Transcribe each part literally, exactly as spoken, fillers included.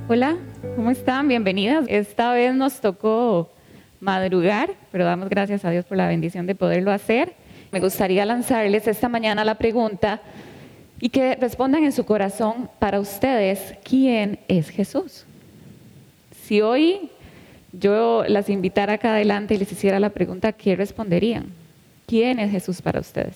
Hola, ¿cómo están? Bienvenidas. Esta vez nos tocó madrugar, pero damos gracias a Dios por la bendición de poderlo hacer. Me gustaría lanzarles esta mañana la pregunta y que respondan en su corazón para ustedes, ¿quién es Jesús? Si hoy yo las invitara acá adelante y les hiciera la pregunta, ¿qué responderían? ¿Quién es Jesús para ustedes?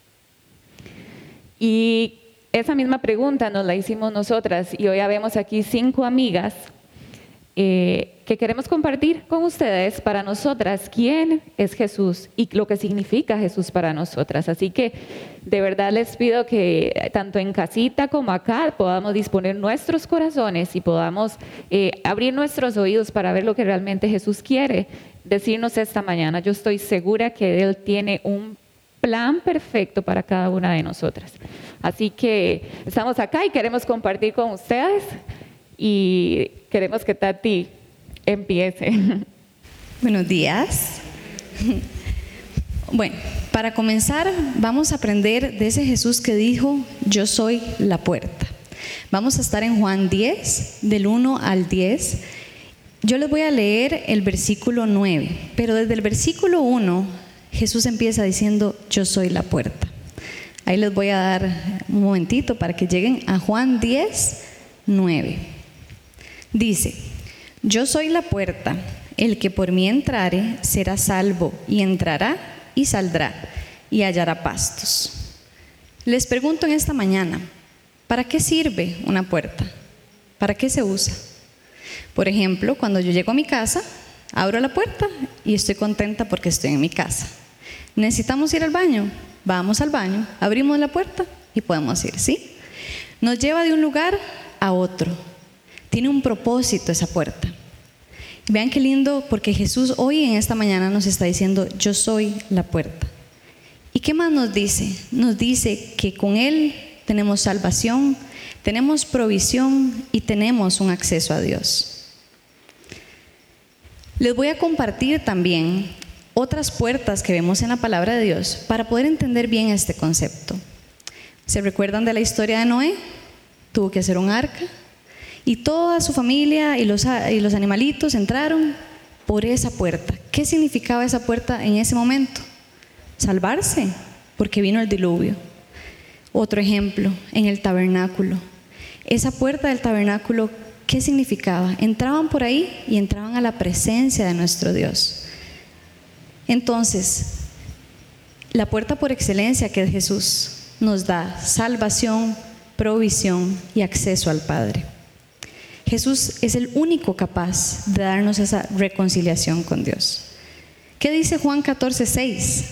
Y esa misma pregunta nos la hicimos nosotras y hoy habemos aquí cinco amigas eh, que queremos compartir con ustedes para nosotras quién es Jesús y lo que significa Jesús para nosotras. Así que de verdad les pido que tanto en casita como acá podamos disponer nuestros corazones y podamos eh, abrir nuestros oídos para ver lo que realmente Jesús quiere decirnos esta mañana. Yo estoy segura que Él tiene un plan perfecto para cada una de nosotras. Así que estamos acá y queremos compartir con ustedes y queremos que Tati empiece. Buenos días. Bueno, para comenzar vamos a aprender de ese Jesús que dijo, yo soy la puerta. Vamos a estar en Juan diez, del uno al diez. Yo les voy a leer el versículo nueve, pero desde el versículo uno Jesús empieza diciendo, yo soy la puerta. Ahí les voy a dar un momentito para que lleguen a Juan diez, nueve. Dice, yo soy la puerta, el que por mí entrare será salvo y entrará y saldrá y hallará pastos. Les pregunto en esta mañana, ¿para qué sirve una puerta? ¿Para qué se usa? Por ejemplo, cuando yo llego a mi casa, abro la puerta y estoy contenta porque estoy en mi casa. ¿Necesitamos ir al baño? Vamos al baño, abrimos la puerta y podemos ir, ¿sí? Nos lleva de un lugar a otro. Tiene un propósito esa puerta. Vean qué lindo, porque Jesús hoy en esta mañana nos está diciendo, yo soy la puerta. ¿Y qué más nos dice? Nos dice que con Él tenemos salvación, tenemos provisión y tenemos un acceso a Dios. Les voy a compartir también otras puertas que vemos en la palabra de Dios para poder entender bien este concepto. ¿Se recuerdan de la historia de Noé? Tuvo que hacer un arca y toda su familia y los, y los animalitos entraron por esa puerta. ¿Qué significaba esa puerta en ese momento? Salvarse, porque vino el diluvio. Otro ejemplo, en el tabernáculo. Esa puerta del tabernáculo, ¿qué significaba? Entraban por ahí y entraban a la presencia de nuestro Dios. Entonces, la puerta por excelencia que es Jesús nos da salvación, provisión y acceso al Padre. Jesús es el único capaz de darnos esa reconciliación con Dios. ¿Qué dice Juan catorce, seis?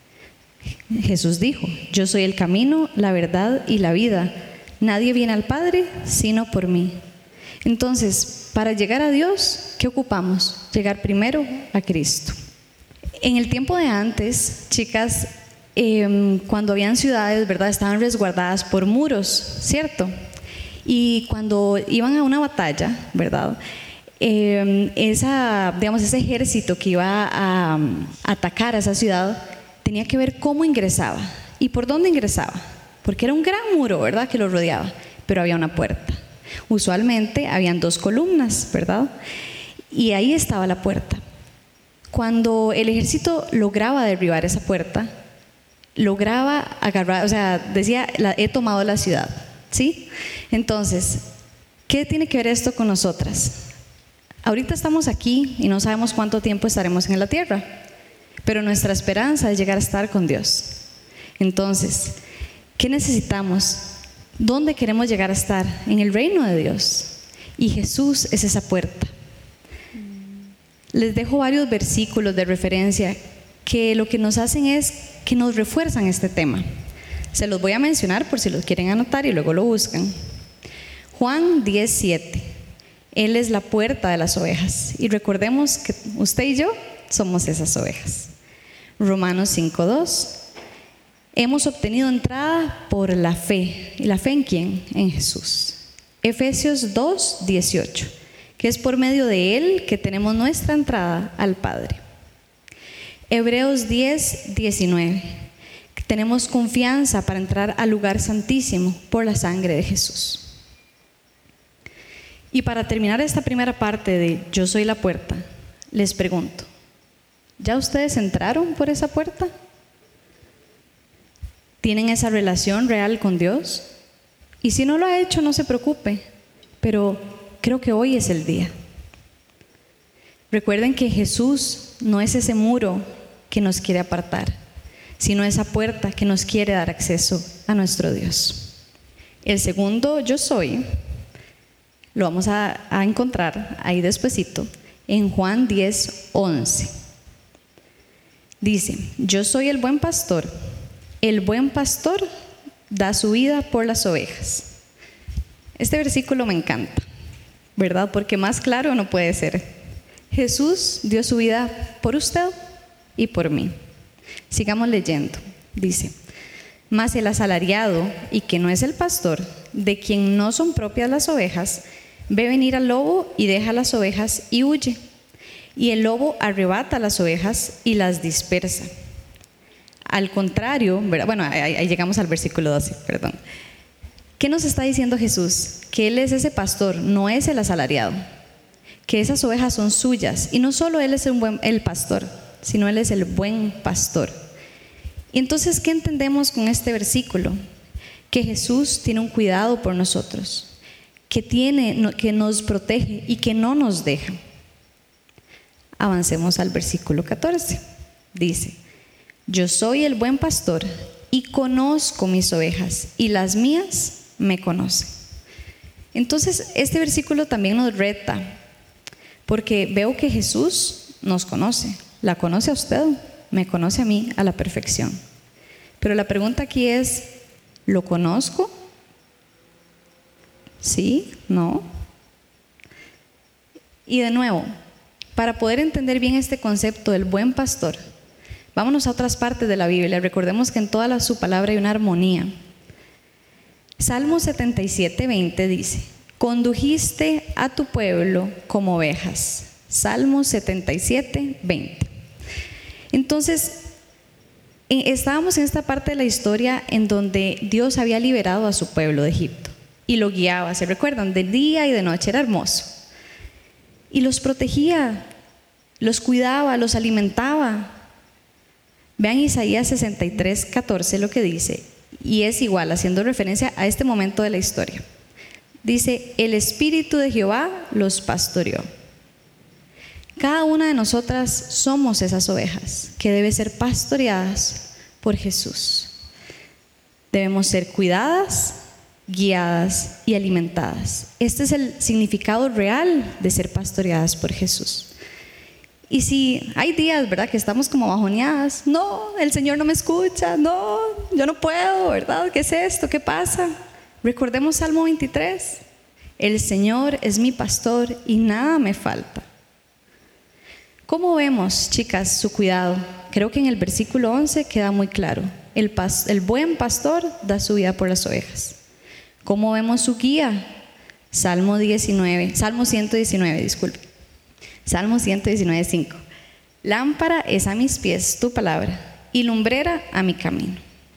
Jesús dijo, yo soy el camino, la verdad y la vida. Nadie viene al Padre sino por mí. Entonces, para llegar a Dios, ¿qué ocupamos? Llegar primero a Cristo. En el tiempo de antes, chicas, eh, cuando habían ciudades, ¿verdad? Estaban resguardadas por muros, ¿cierto? Y cuando iban a una batalla, ¿verdad? Eh, esa, digamos, ese ejército que iba a, a atacar a esa ciudad tenía que ver cómo ingresaba y por dónde ingresaba, porque era un gran muro, ¿verdad? Que lo rodeaba, pero había una puerta. Usualmente habían dos columnas, ¿verdad? Y ahí estaba la puerta. Cuando el ejército lograba derribar esa puerta, lograba agarrar, o sea, decía, la, he tomado la ciudad, ¿sí? Entonces, ¿qué tiene que ver esto con nosotras? Ahorita estamos aquí y no sabemos cuánto tiempo estaremos en la tierra, pero nuestra esperanza es llegar a estar con Dios. Entonces, ¿qué necesitamos? ¿Dónde queremos llegar a estar? En el reino de Dios. Y Jesús es esa puerta. Les dejo varios versículos de referencia que lo que nos hacen es que nos refuerzan este tema. Se los voy a mencionar por si los quieren anotar y luego lo buscan. Juan diez, siete. Él es la puerta de las ovejas. Y recordemos que usted y yo somos esas ovejas. Romanos cinco, dos. Hemos obtenido entrada por la fe. ¿Y la fe en quién? En Jesús. Efesios dos, dieciocho. Que es por medio de Él que tenemos nuestra entrada al Padre. Hebreos diez, diecinueve. Que tenemos confianza para entrar al lugar santísimo por la sangre de Jesús. Y para terminar esta primera parte de Yo soy la puerta, les pregunto, ¿ya ustedes entraron por esa puerta? ¿Tienen esa relación real con Dios? Y si no lo ha hecho, no se preocupe, pero creo que hoy es el día. Recuerden que Jesús no es ese muro que nos quiere apartar, sino esa puerta que nos quiere dar acceso a nuestro Dios. El segundo Yo soy lo vamos a, a encontrar ahí despuesito en Juan diez, once. Dice, yo soy el buen pastor. El buen pastor da su vida por las ovejas. Este versículo me encanta, ¿verdad? Porque más claro no puede ser. Jesús dio su vida por usted y por mí. Sigamos leyendo. Dice, mas el asalariado, y que no es el pastor, de quien no son propias las ovejas, ve venir al lobo y deja las ovejas y huye. Y el lobo arrebata las ovejas y las dispersa. Al contrario, ¿verdad? Bueno, ahí, ahí llegamos al versículo doce, perdón. ¿Qué nos está diciendo Jesús? Que Él es ese pastor, no es el asalariado. Que esas ovejas son suyas. Y no solo Él es el, buen, el pastor, sino Él es el buen pastor. Y entonces, ¿qué entendemos con este versículo? Que Jesús tiene un cuidado por nosotros. Que, tiene, que nos protege y que no nos deja. Avancemos al versículo catorce. Dice, yo soy el buen pastor y conozco mis ovejas y las mías me conocen. Entonces, este versículo también nos reta, porque veo que Jesús nos conoce, la conoce a usted, me conoce a mí a la perfección. Pero la pregunta aquí es, ¿lo conozco? ¿Sí? ¿No? Y de nuevo, para poder entender bien este concepto del buen pastor, vámonos a otras partes de la Biblia. Recordemos que en toda la, su palabra hay una armonía. Salmo setenta y siete, veinte dice, condujiste a tu pueblo como ovejas. Salmo setenta y siete, veinte. Entonces, estábamos en esta parte de la historia en donde Dios había liberado a su pueblo de Egipto y lo guiaba, ¿se recuerdan? De día y de noche, era hermoso. Y los protegía, los cuidaba, los alimentaba. Vean Isaías sesenta y tres, catorce lo que dice, y es igual, haciendo referencia a este momento de la historia. Dice, el Espíritu de Jehová los pastoreó. Cada una de nosotras somos esas ovejas que deben ser pastoreadas por Jesús. Debemos ser cuidadas, guiadas y alimentadas. Este es el significado real de ser pastoreadas por Jesús. Y si hay días, ¿verdad?, que estamos como bajoneadas, no, el Señor no me escucha, no, yo no puedo, ¿verdad? ¿Qué es esto? ¿Qué pasa? Recordemos Salmo veintitrés, el Señor es mi pastor y nada me falta. ¿Cómo vemos, chicas, su cuidado? Creo que en el versículo once queda muy claro. El, pas, el buen pastor da su vida por las ovejas. ¿Cómo vemos su guía? Salmo diecinueve, Salmo ciento diecinueve, disculpe. Salmo ciento diecinueve, cinco. Lámpara es a mis pies tu palabra y lumbrera a mi camino.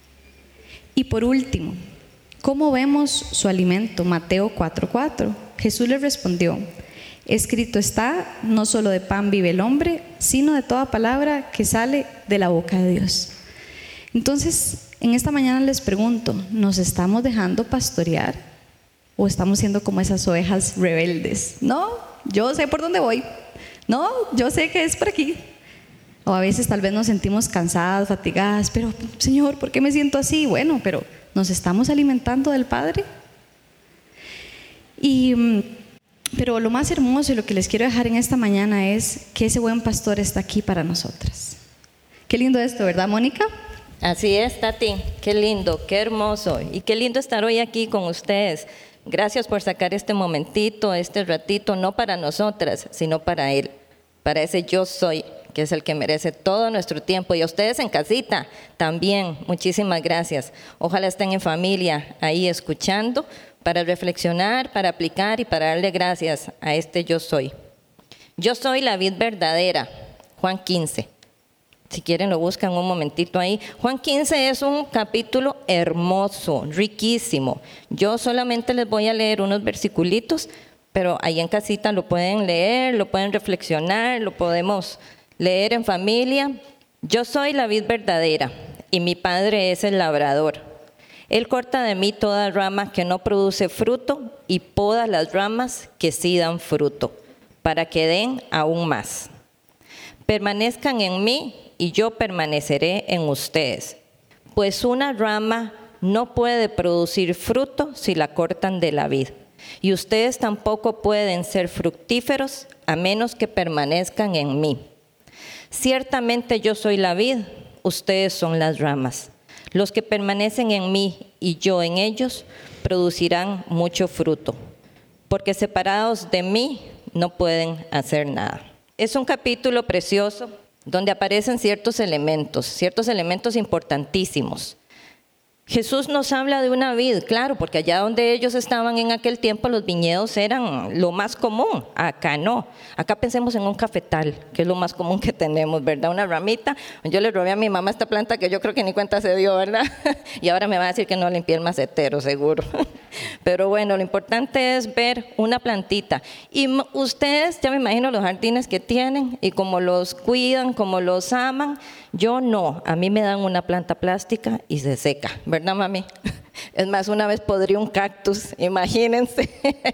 Y por último, ¿cómo vemos su alimento? Mateo cuatro, cuatro. Jesús le respondió, escrito está, no solo de pan vive el hombre, sino de toda palabra que sale de la boca de Dios. Entonces, en esta mañana les pregunto, ¿nos estamos dejando pastorear? ¿O estamos siendo como esas ovejas rebeldes? No, yo sé por dónde voy. No, yo sé que es por aquí. O a veces tal vez nos sentimos cansadas, fatigadas, pero Señor, ¿por qué me siento así? Bueno, pero ¿nos estamos alimentando del Padre? Y, pero lo más hermoso y lo que les quiero dejar en esta mañana es que ese buen pastor está aquí para nosotras. Qué lindo esto, ¿verdad, Mónica? Así es, Tati, qué lindo, qué hermoso y qué lindo estar hoy aquí con ustedes. Gracias por sacar este momentito, este ratito, no para nosotras, sino para Él, para ese yo soy, que es el que merece todo nuestro tiempo. Y a ustedes en casita también, muchísimas gracias. Ojalá estén en familia ahí escuchando para reflexionar, para aplicar y para darle gracias a este yo soy. Yo soy la vid verdadera, Juan quince. Si quieren lo buscan un momentito ahí. Juan quince es un capítulo hermoso, riquísimo. Yo solamente les voy a leer unos versiculitos pero ahí en casita lo pueden leer, lo pueden reflexionar, lo podemos leer en familia. Yo soy la vid verdadera y mi Padre es el labrador. Él corta de mí toda rama que no produce fruto y poda las ramas que sí dan fruto, para que den aún más. Permanezcan en mí y yo permaneceré en ustedes, pues una rama no puede producir fruto si la cortan de la vid, y ustedes tampoco pueden ser fructíferos a menos que permanezcan en mí. Ciertamente yo soy la vid, ustedes son las ramas. Los que permanecen en mí y yo en ellos producirán mucho fruto, porque separados de mí no pueden hacer nada. Es un capítulo precioso donde aparecen ciertos elementos, ciertos elementos importantísimos. Jesús nos habla de una vid, claro, porque allá donde ellos estaban en aquel tiempo los viñedos eran lo más común, acá no. Acá pensemos en un cafetal, que es lo más común que tenemos, ¿verdad? Una ramita. Yo le robé a mi mamá esta planta que yo creo que ni cuenta se dio, ¿verdad? Y ahora me va a decir que no limpié el macetero, seguro. Pero bueno, lo importante es ver una plantita. Y ustedes, ya me imagino los jardines que tienen y cómo los cuidan, cómo los aman. Yo no, a mí me dan una planta plástica y se seca, ¿verdad, mami? Es más, una vez podría un cactus, imagínense.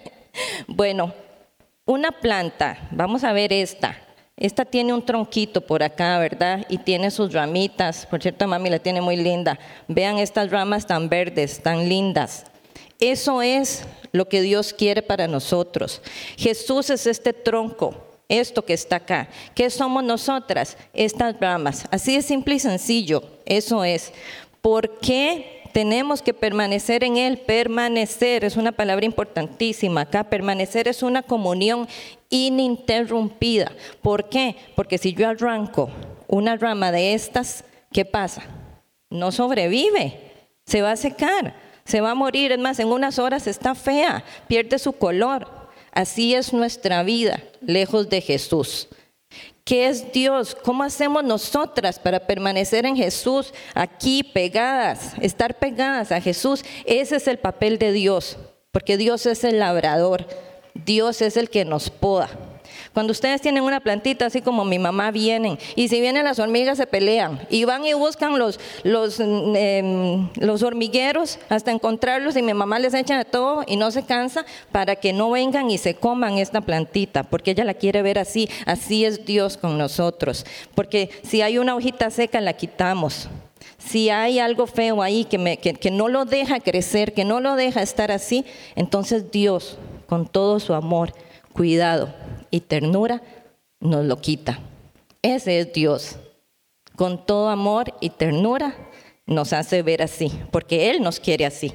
Bueno, una planta, vamos a ver esta. Esta tiene un tronquito por acá, ¿verdad? Y tiene sus ramitas. Por cierto, mami la tiene muy linda. Vean estas ramas tan verdes, tan lindas. Eso es lo que Dios quiere para nosotros. Jesús es este tronco. Esto que está acá. ¿Qué somos nosotras? Estas ramas. Así de simple y sencillo. Eso es. ¿Por qué tenemos que permanecer en Él? Permanecer es una palabra importantísima acá. Permanecer es una comunión ininterrumpida. ¿Por qué? Porque si yo arranco una rama de estas, ¿qué pasa? No sobrevive. Se va a secar. Se va a morir. Es más, en unas horas está fea. Pierde su color. Así es nuestra vida, lejos de Jesús. ¿Qué es Dios? ¿Cómo hacemos nosotras para permanecer en Jesús? Aquí pegadas, estar pegadas a Jesús. Ese es el papel de Dios, porque Dios es el labrador. Dios es el que nos poda. Cuando ustedes tienen una plantita, así como mi mamá, vienen, y si vienen las hormigas se pelean, y van y buscan los, los, eh, los hormigueros hasta encontrarlos, y mi mamá les echa de todo y no se cansa para que no vengan y se coman esta plantita, porque ella la quiere ver así. Así es Dios con nosotros, porque si hay una hojita seca la quitamos. Si hay algo feo ahí que, me, que, que no lo deja crecer, que no lo deja estar así, entonces Dios, con todo su amor, cuidado y ternura, nos lo quita. Ese es Dios. Con todo amor y ternura nos hace ver así, porque Él nos quiere así.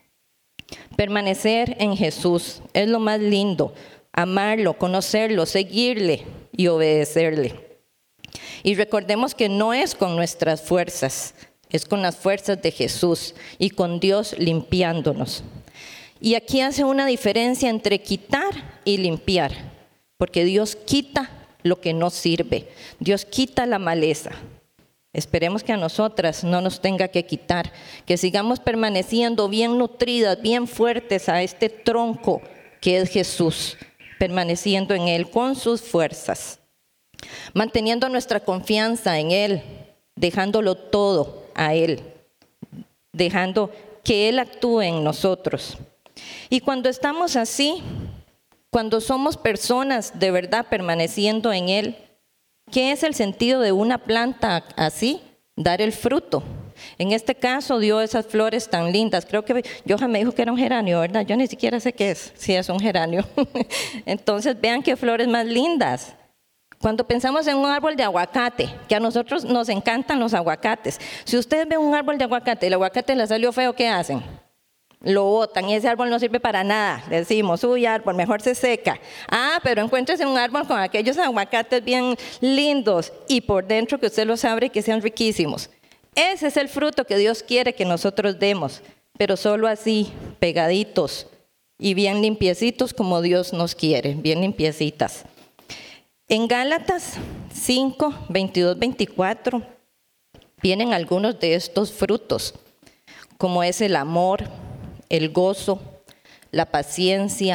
Permanecer en Jesús es lo más lindo. Amarlo, conocerlo, seguirle y obedecerle. Y recordemos que no es con nuestras fuerzas, es con las fuerzas de Jesús y con Dios limpiándonos. Y aquí hace una diferencia entre quitar y limpiar, porque Dios quita lo que no sirve. Dios quita la maleza. Esperemos que a nosotras no nos tenga que quitar, que sigamos permaneciendo bien nutridas, bien fuertes a este tronco que es Jesús, permaneciendo en Él con sus fuerzas, manteniendo nuestra confianza en Él, dejándolo todo a Él, dejando que Él actúe en nosotros. Y cuando estamos así, cuando somos personas de verdad permaneciendo en Él, ¿qué es el sentido de una planta así? Dar el fruto. En este caso dio esas flores tan lindas. Creo que Johan me dijo que era un geranio, ¿verdad? Yo ni siquiera sé qué es, si es un geranio. Entonces vean qué flores más lindas. Cuando pensamos en un árbol de aguacate, que a nosotros nos encantan los aguacates. Si ustedes ven un árbol de aguacate y el aguacate le salió feo, ¿qué hacen? Lo botan y ese árbol no sirve para nada. Le decimos, uy, árbol, mejor se seca. Ah, pero encuéntrese un árbol con aquellos aguacates bien lindos y por dentro que usted los abre y que sean riquísimos. Ese es el fruto que Dios quiere que nosotros demos, pero solo así, pegaditos y bien limpiecitos como Dios nos quiere, bien limpiecitas. En Gálatas cinco, veintidós, veinticuatro vienen algunos de estos frutos, como es el amor, el gozo, la paciencia,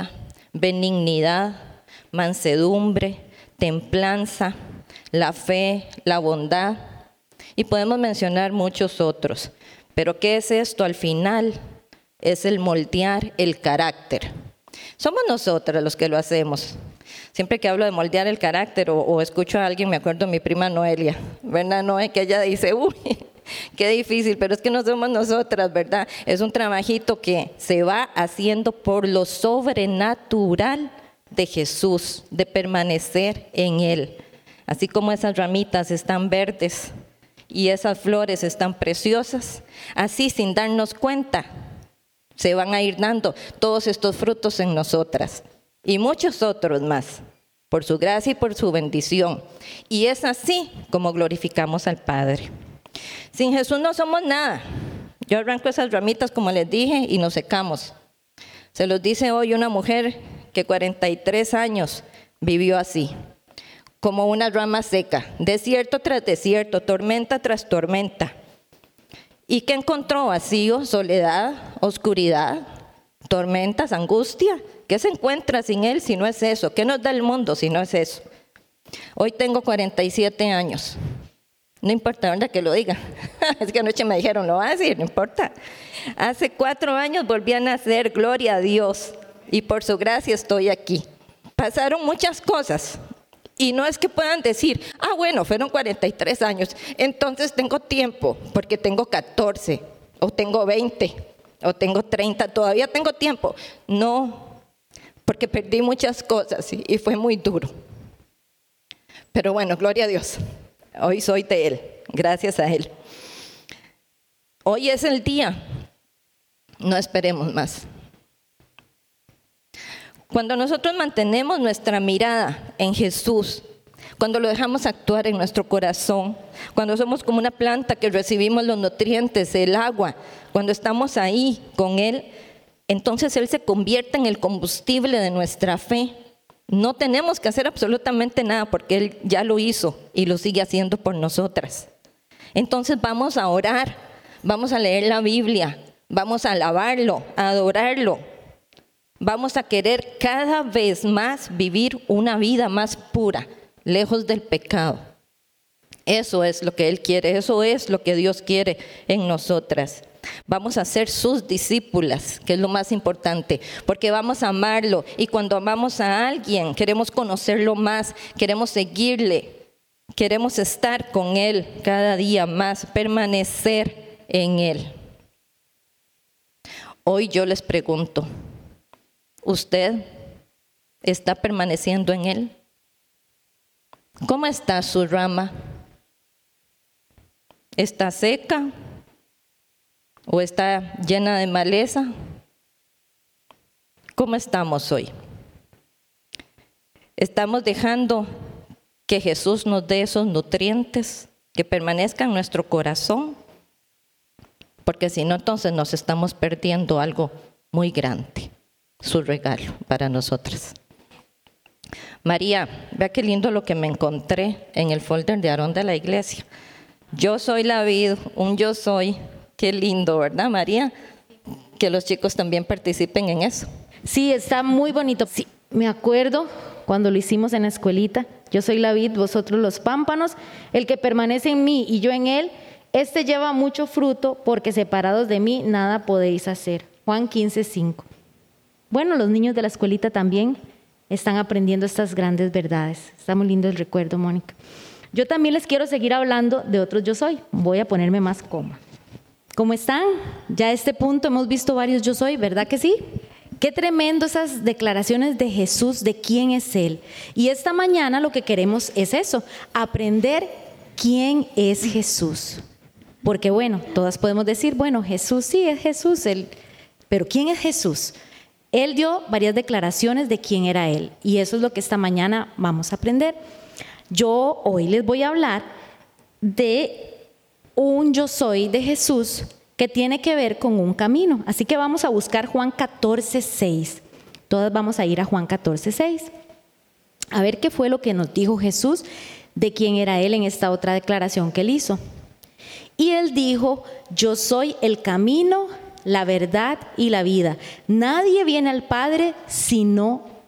benignidad, mansedumbre, templanza, la fe, la bondad, y podemos mencionar muchos otros. Pero ¿qué es esto al final? Es el moldear el carácter. Somos nosotros los que lo hacemos. Siempre que hablo de moldear el carácter o, o escucho a alguien, me acuerdo de mi prima Noelia, ¿verdad, Noé? Que ella dice, uy, qué difícil, pero es que no somos nosotras, ¿verdad? Es un trabajito que se va haciendo por lo sobrenatural de Jesús, de permanecer en Él. Así como esas ramitas están verdes y esas flores están preciosas, así sin darnos cuenta, se van a ir dando todos estos frutos en nosotras y muchos otros más, por su gracia y por su bendición. Y es así como glorificamos al Padre. Sin Jesús no somos nada. Yo arranco esas ramitas, como les dije, y nos secamos. Se los dice hoy una mujer que cuarenta y tres años vivió así, como una rama seca, desierto tras desierto, tormenta tras tormenta. ¿Y qué encontró? Vacío, soledad, oscuridad, tormentas, angustia. ¿Qué se encuentra sin Él si no es eso? ¿Qué nos da el mundo si no es eso? Hoy tengo cuarenta y siete años. No importa, ¿verdad? Que lo diga. Es que anoche me dijeron, lo va a decir, no importa. Hace cuatro años volví a nacer, gloria a Dios. Y por su gracia estoy aquí. Pasaron muchas cosas. Y no es que puedan decir, ah, bueno, fueron cuarenta y tres años, entonces tengo tiempo, porque tengo catorce, o tengo veinte, o tengo treinta, todavía tengo tiempo. No, porque perdí muchas cosas y, y fue muy duro. Pero bueno, gloria a Dios, hoy soy de Él, gracias a Él. Hoy es el día, no esperemos más. Cuando nosotros mantenemos nuestra mirada en Jesús, cuando lo dejamos actuar en nuestro corazón, cuando somos como una planta que recibimos los nutrientes, el agua, cuando estamos ahí con Él, entonces Él se convierte en el combustible de nuestra fe. No tenemos que hacer absolutamente nada porque Él ya lo hizo y lo sigue haciendo por nosotras. Entonces vamos a orar, vamos a leer la Biblia, vamos a alabarlo, a adorarlo. Vamos a querer cada vez más vivir una vida más pura, lejos del pecado. Eso es lo que Él quiere, eso es lo que Dios quiere en nosotras. Vamos a ser sus discípulas, que es lo más importante, porque vamos a amarlo. Y cuando amamos a alguien, queremos conocerlo más, queremos seguirle, queremos estar con Él cada día más, permanecer en Él. Hoy yo les pregunto, ¿usted está permaneciendo en Él? ¿Cómo está su rama? ¿Está seca? ¿O está llena de maleza? ¿Cómo estamos hoy? ¿Estamos dejando que Jesús nos dé esos nutrientes que permanezcan en nuestro corazón? Porque si no, entonces nos estamos perdiendo algo muy grande. Su regalo para nosotras. María, vea qué lindo lo que me encontré en el folder de Aarón de la iglesia. Yo soy la vid, un yo soy. Qué lindo, ¿verdad, María? Que los chicos también participen en eso. Sí, está muy bonito. Sí, me acuerdo cuando lo hicimos en la escuelita. Yo soy la vid, vosotros los pámpanos. El que permanece en mí y yo en él, este lleva mucho fruto, porque separados de mí nada podéis hacer. Juan quince, cinco. Bueno, los niños de la escuelita también están aprendiendo estas grandes verdades. Está muy lindo el recuerdo, Mónica. Yo también les quiero seguir hablando de otros yo soy. Voy a ponerme más cómoda. ¿Cómo están? Ya a este punto hemos visto varios yo soy, ¿verdad que sí? Qué tremendo esas declaraciones de Jesús, de quién es Él. Y esta mañana lo que queremos es eso, aprender quién es Jesús. Porque bueno, todas podemos decir, bueno, Jesús sí es Jesús, él, pero ¿quién es Jesús? Él dio varias declaraciones de quién era Él, y eso es lo que esta mañana vamos a aprender. Yo hoy les voy a hablar de un yo soy de Jesús que tiene que ver con un camino. Así que vamos a buscar Juan catorce, seis. Todas vamos a ir a Juan catorce, seis. A ver qué fue lo que nos dijo Jesús de quién era Él en esta otra declaración que Él hizo. Y Él dijo, yo soy el camino, la verdad y la vida. Nadie viene al Padre sino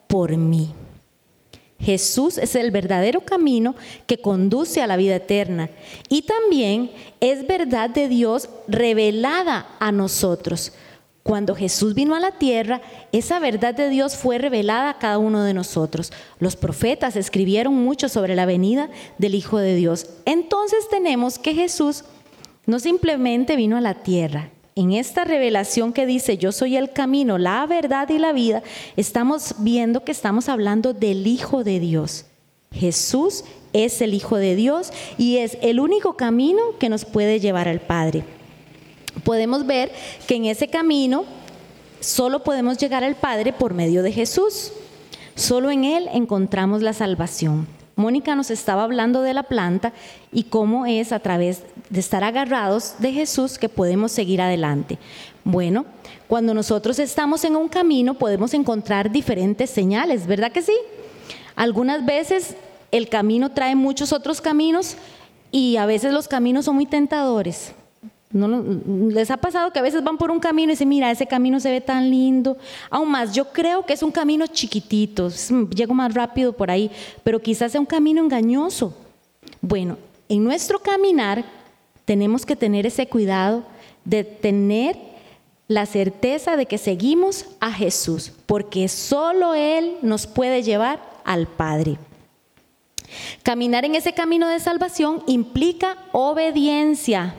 por mí. Jesús es el verdadero camino que conduce a la vida eterna y también es verdad de Dios revelada a nosotros. Cuando Jesús vino a la tierra, esa verdad de Dios fue revelada a cada uno de nosotros. Los profetas escribieron mucho sobre la venida del Hijo de Dios. Entonces tenemos que Jesús no simplemente vino a la tierra. En esta revelación que dice, yo soy el camino, la verdad y la vida, estamos viendo que estamos hablando del Hijo de Dios. Jesús es el Hijo de Dios y es el único camino que nos puede llevar al Padre. Podemos ver que en ese camino solo podemos llegar al Padre por medio de Jesús. Solo en Él encontramos la salvación. Mónica nos estaba hablando de la planta y cómo es a través de estar agarrados de Jesús que podemos seguir adelante. Bueno, cuando nosotros estamos en un camino podemos encontrar diferentes señales, ¿verdad que sí? Algunas veces el camino trae muchos otros caminos y a veces los caminos son muy tentadores. ¿No les ha pasado que a veces van por un camino y dicen, mira, ese camino se ve tan lindo? Aún más, yo creo que es un camino chiquitito, llego más rápido por ahí, pero quizás sea un camino engañoso. Bueno, en nuestro caminar tenemos que tener ese cuidado de tener la certeza de que seguimos a Jesús, porque solo Él nos puede llevar al Padre. Caminar en ese camino de salvación implica obediencia.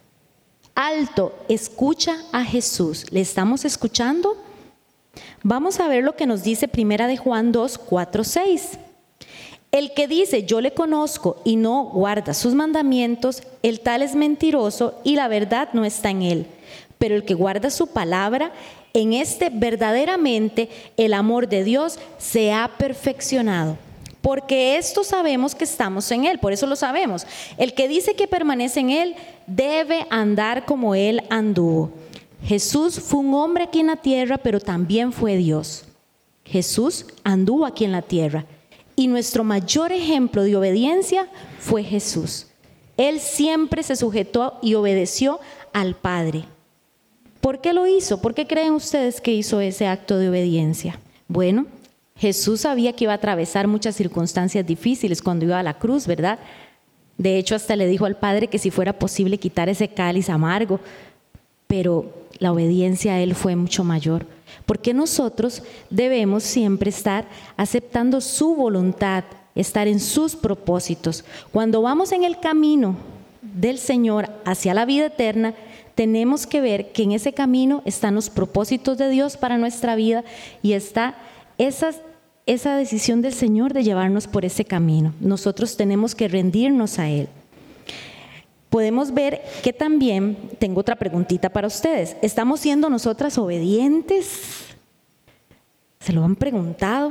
Alto, escucha a Jesús. ¿Le estamos escuchando? Vamos a ver lo que nos dice Primera de Juan dos, cuatro, seis. El que dice, yo le conozco y no guarda sus mandamientos, el tal es mentiroso y la verdad no está en él. Pero el que guarda su palabra, en este verdaderamente el amor de Dios se ha perfeccionado. Porque esto sabemos que estamos en Él, por eso lo sabemos. El que dice que permanece en Él debe andar como Él anduvo. Jesús fue un hombre aquí en la tierra, pero también fue Dios. Jesús anduvo aquí en la tierra y nuestro mayor ejemplo de obediencia fue Jesús. Él siempre se sujetó y obedeció al Padre. ¿Por qué lo hizo? ¿Por qué creen ustedes que hizo ese acto de obediencia? Bueno, Jesús sabía que iba a atravesar muchas circunstancias difíciles cuando iba a la cruz, ¿verdad? De hecho, hasta le dijo al Padre que si fuera posible quitar ese cáliz amargo, pero la obediencia a Él fue mucho mayor. Porque nosotros debemos siempre estar aceptando su voluntad, estar en sus propósitos. Cuando vamos en el camino del Señor hacia la vida eterna, tenemos que ver que en ese camino están los propósitos de Dios para nuestra vida y está esa, esa decisión del Señor de llevarnos por ese camino. Nosotros tenemos que rendirnos a Él. Podemos ver que también, tengo otra preguntita para ustedes, ¿estamos siendo nosotras obedientes? ¿Se lo han preguntado?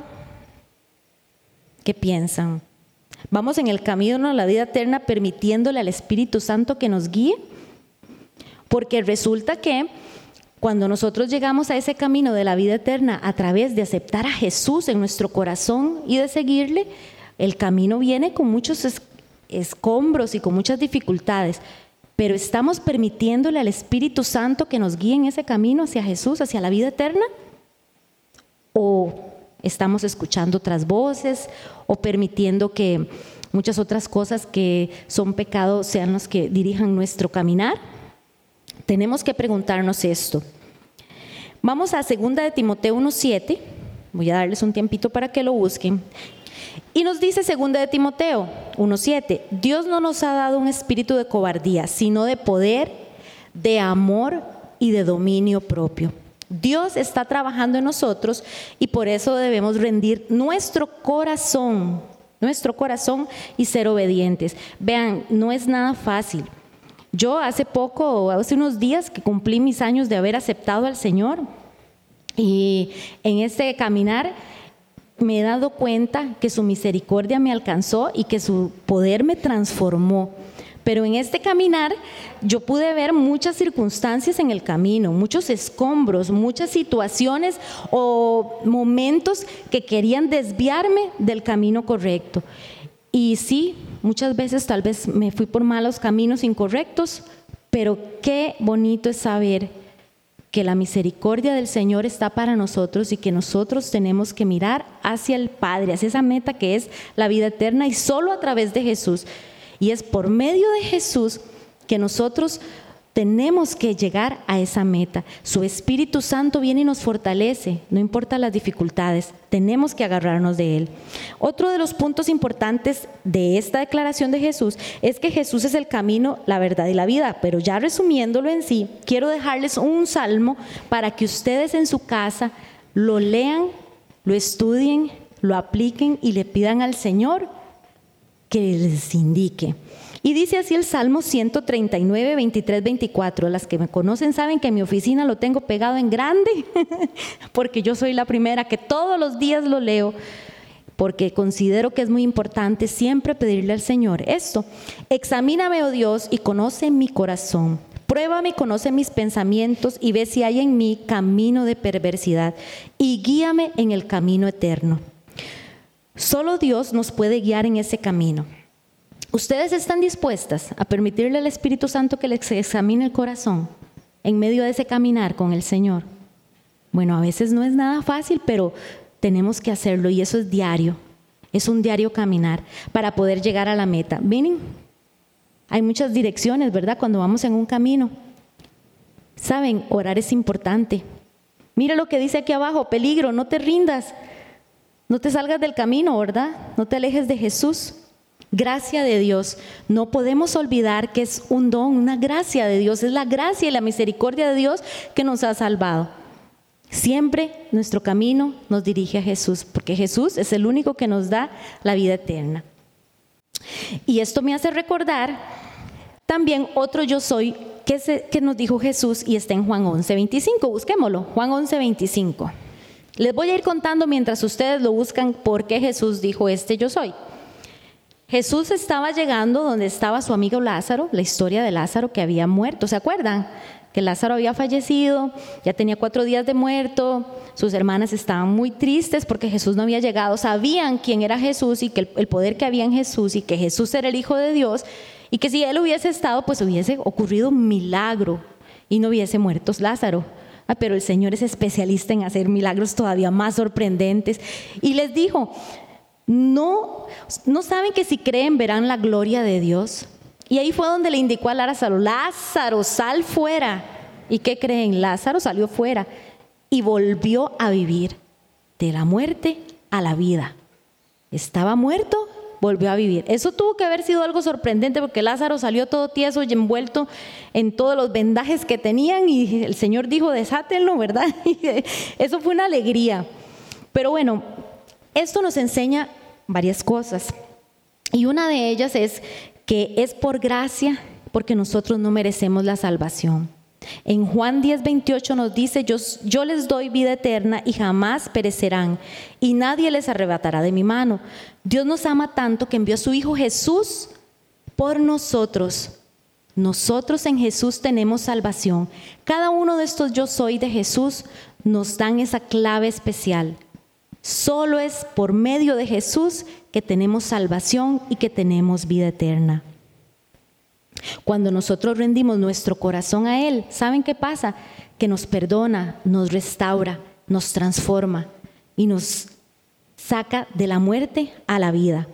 ¿Qué piensan? ¿Vamos en el camino a la vida eterna permitiéndole al Espíritu Santo que nos guíe? Porque resulta que cuando nosotros llegamos a ese camino de la vida eterna a través de aceptar a Jesús en nuestro corazón y de seguirle, el camino viene con muchos es- escombros y con muchas dificultades, pero ¿estamos permitiéndole al Espíritu Santo que nos guíe en ese camino hacia Jesús, hacia la vida eterna? ¿O estamos escuchando otras voces o permitiendo que muchas otras cosas que son pecados sean las que dirijan nuestro caminar? Tenemos que preguntarnos esto. Vamos a segunda de Timoteo uno siete. Voy a darles un tiempito para que lo busquen. Y nos dice segunda de Timoteo uno siete. Dios no nos ha dado un espíritu de cobardía, sino de poder, de amor y de dominio propio. Dios está trabajando en nosotros y por eso debemos rendir nuestro corazón, nuestro corazón y ser obedientes. Vean, no es nada fácil. Yo hace poco, hace unos días que cumplí mis años de haber aceptado al Señor y en este caminar me he dado cuenta que su misericordia me alcanzó y que su poder me transformó. Pero en este caminar yo pude ver muchas circunstancias en el camino, muchos escombros, muchas situaciones o momentos que querían desviarme del camino correcto. Y sí, muchas veces tal vez me fui por malos caminos incorrectos, pero qué bonito es saber que la misericordia del Señor está para nosotros y que nosotros tenemos que mirar hacia el Padre, hacia esa meta que es la vida eterna y solo a través de Jesús. Y es por medio de Jesús que nosotros tenemos que llegar a esa meta. Su Espíritu Santo viene y nos fortalece, no importa las dificultades, tenemos que agarrarnos de Él. Otro de los puntos importantes de esta declaración de Jesús es que Jesús es el camino, la verdad y la vida, pero ya resumiéndolo en sí, quiero dejarles un salmo para que ustedes en su casa lo lean, lo estudien, lo apliquen y le pidan al Señor que les indique. Y dice así el Salmo ciento treinta y nueve, veintitrés, veinticuatro. Las que me conocen saben que en mi oficina lo tengo pegado en grande, porque yo soy la primera que todos los días lo leo, porque considero que es muy importante siempre pedirle al Señor esto: examíname, oh Dios, y conoce mi corazón. Pruébame y conoce mis pensamientos y ve si hay en mí camino de perversidad y guíame en el camino eterno. Solo Dios nos puede guiar en ese camino. ¿Ustedes están dispuestas a permitirle al Espíritu Santo que les examine el corazón en medio de ese caminar con el Señor? Bueno, a veces no es nada fácil, pero tenemos que hacerlo y eso es diario. Es un diario caminar para poder llegar a la meta. Miren, hay muchas direcciones, ¿verdad? Cuando vamos en un camino. Saben, orar es importante. Mira lo que dice aquí abajo: peligro, no te rindas, no te salgas del camino, ¿verdad? No te alejes de Jesús. Gracia de Dios. No podemos olvidar que es un don, una gracia de Dios. Es la gracia y la misericordia de Dios que nos ha salvado. Siempre nuestro camino nos dirige a Jesús, porque Jesús es el único que nos da la vida eterna. Y esto me hace recordar también otro yo soy que, se, que nos dijo Jesús y está en Juan once, veinticinco. Busquémoslo, Juan once, veinticinco. Les voy a ir contando mientras ustedes lo buscan por qué Jesús dijo este yo soy. Jesús estaba llegando donde estaba su amigo Lázaro, la historia de Lázaro que había muerto. ¿Se acuerdan? Que Lázaro había fallecido, ya tenía cuatro días de muerto, sus hermanas estaban muy tristes porque Jesús no había llegado, sabían quién era Jesús y que el, el poder que había en Jesús y que Jesús era el Hijo de Dios y que si Él hubiese estado, pues hubiese ocurrido un milagro y no hubiese muerto Lázaro. Ah, pero el Señor es especialista en hacer milagros todavía más sorprendentes y les dijo: No, no saben que si creen verán la gloria de Dios. Y ahí fue donde le indicó a Lázaro: Lázaro, sal fuera. ¿Y qué creen? Lázaro salió fuera y volvió a vivir, de la muerte a la vida. Estaba muerto, volvió a vivir. Eso tuvo que haber sido algo sorprendente porque Lázaro salió todo tieso y envuelto en todos los vendajes que tenían y el Señor dijo: desátenlo, ¿verdad? Y eso fue una alegría. Pero bueno, esto nos enseña varias cosas y una de ellas es que es por gracia porque nosotros no merecemos la salvación. En Juan diez, veintiocho nos dice: yo, yo les doy vida eterna y jamás perecerán y nadie les arrebatará de mi mano. Dios nos ama tanto que envió a su Hijo Jesús por nosotros. Nosotros en Jesús tenemos salvación. Cada uno de estos yo soy de Jesús nos dan esa clave especial. Solo es por medio de Jesús que tenemos salvación y que tenemos vida eterna. Cuando nosotros rendimos nuestro corazón a Él, ¿saben qué pasa? Que nos perdona, nos restaura, nos transforma y nos saca de la muerte a la vida.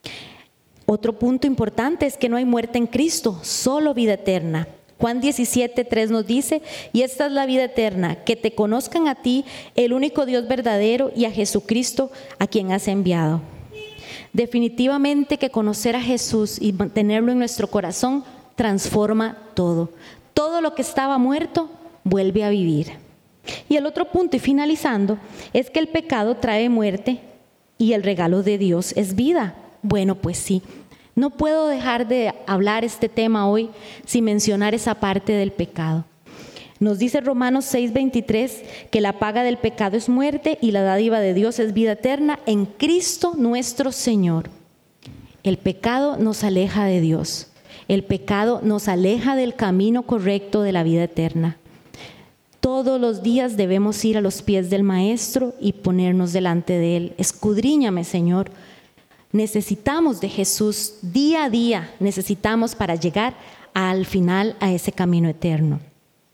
Otro punto importante es que no hay muerte en Cristo, solo vida eterna. Juan diecisiete, tres nos dice: y esta es la vida eterna, que te conozcan a ti, el único Dios verdadero, y a Jesucristo, a quien has enviado. Definitivamente que conocer a Jesús y mantenerlo en nuestro corazón transforma todo. Todo lo que estaba muerto vuelve a vivir. Y el otro punto, y finalizando, es que el pecado trae muerte y el regalo de Dios es vida. Bueno, pues sí. No puedo dejar de hablar este tema hoy sin mencionar esa parte del pecado. Nos dice Romanos seis, veintitrés que la paga del pecado es muerte y la dádiva de Dios es vida eterna en Cristo nuestro Señor. El pecado nos aleja de Dios. El pecado nos aleja del camino correcto de la vida eterna. Todos los días debemos ir a los pies del Maestro y ponernos delante de Él. Escudriñame, Señor. Necesitamos de Jesús día a día, necesitamos para llegar al final a ese camino eterno.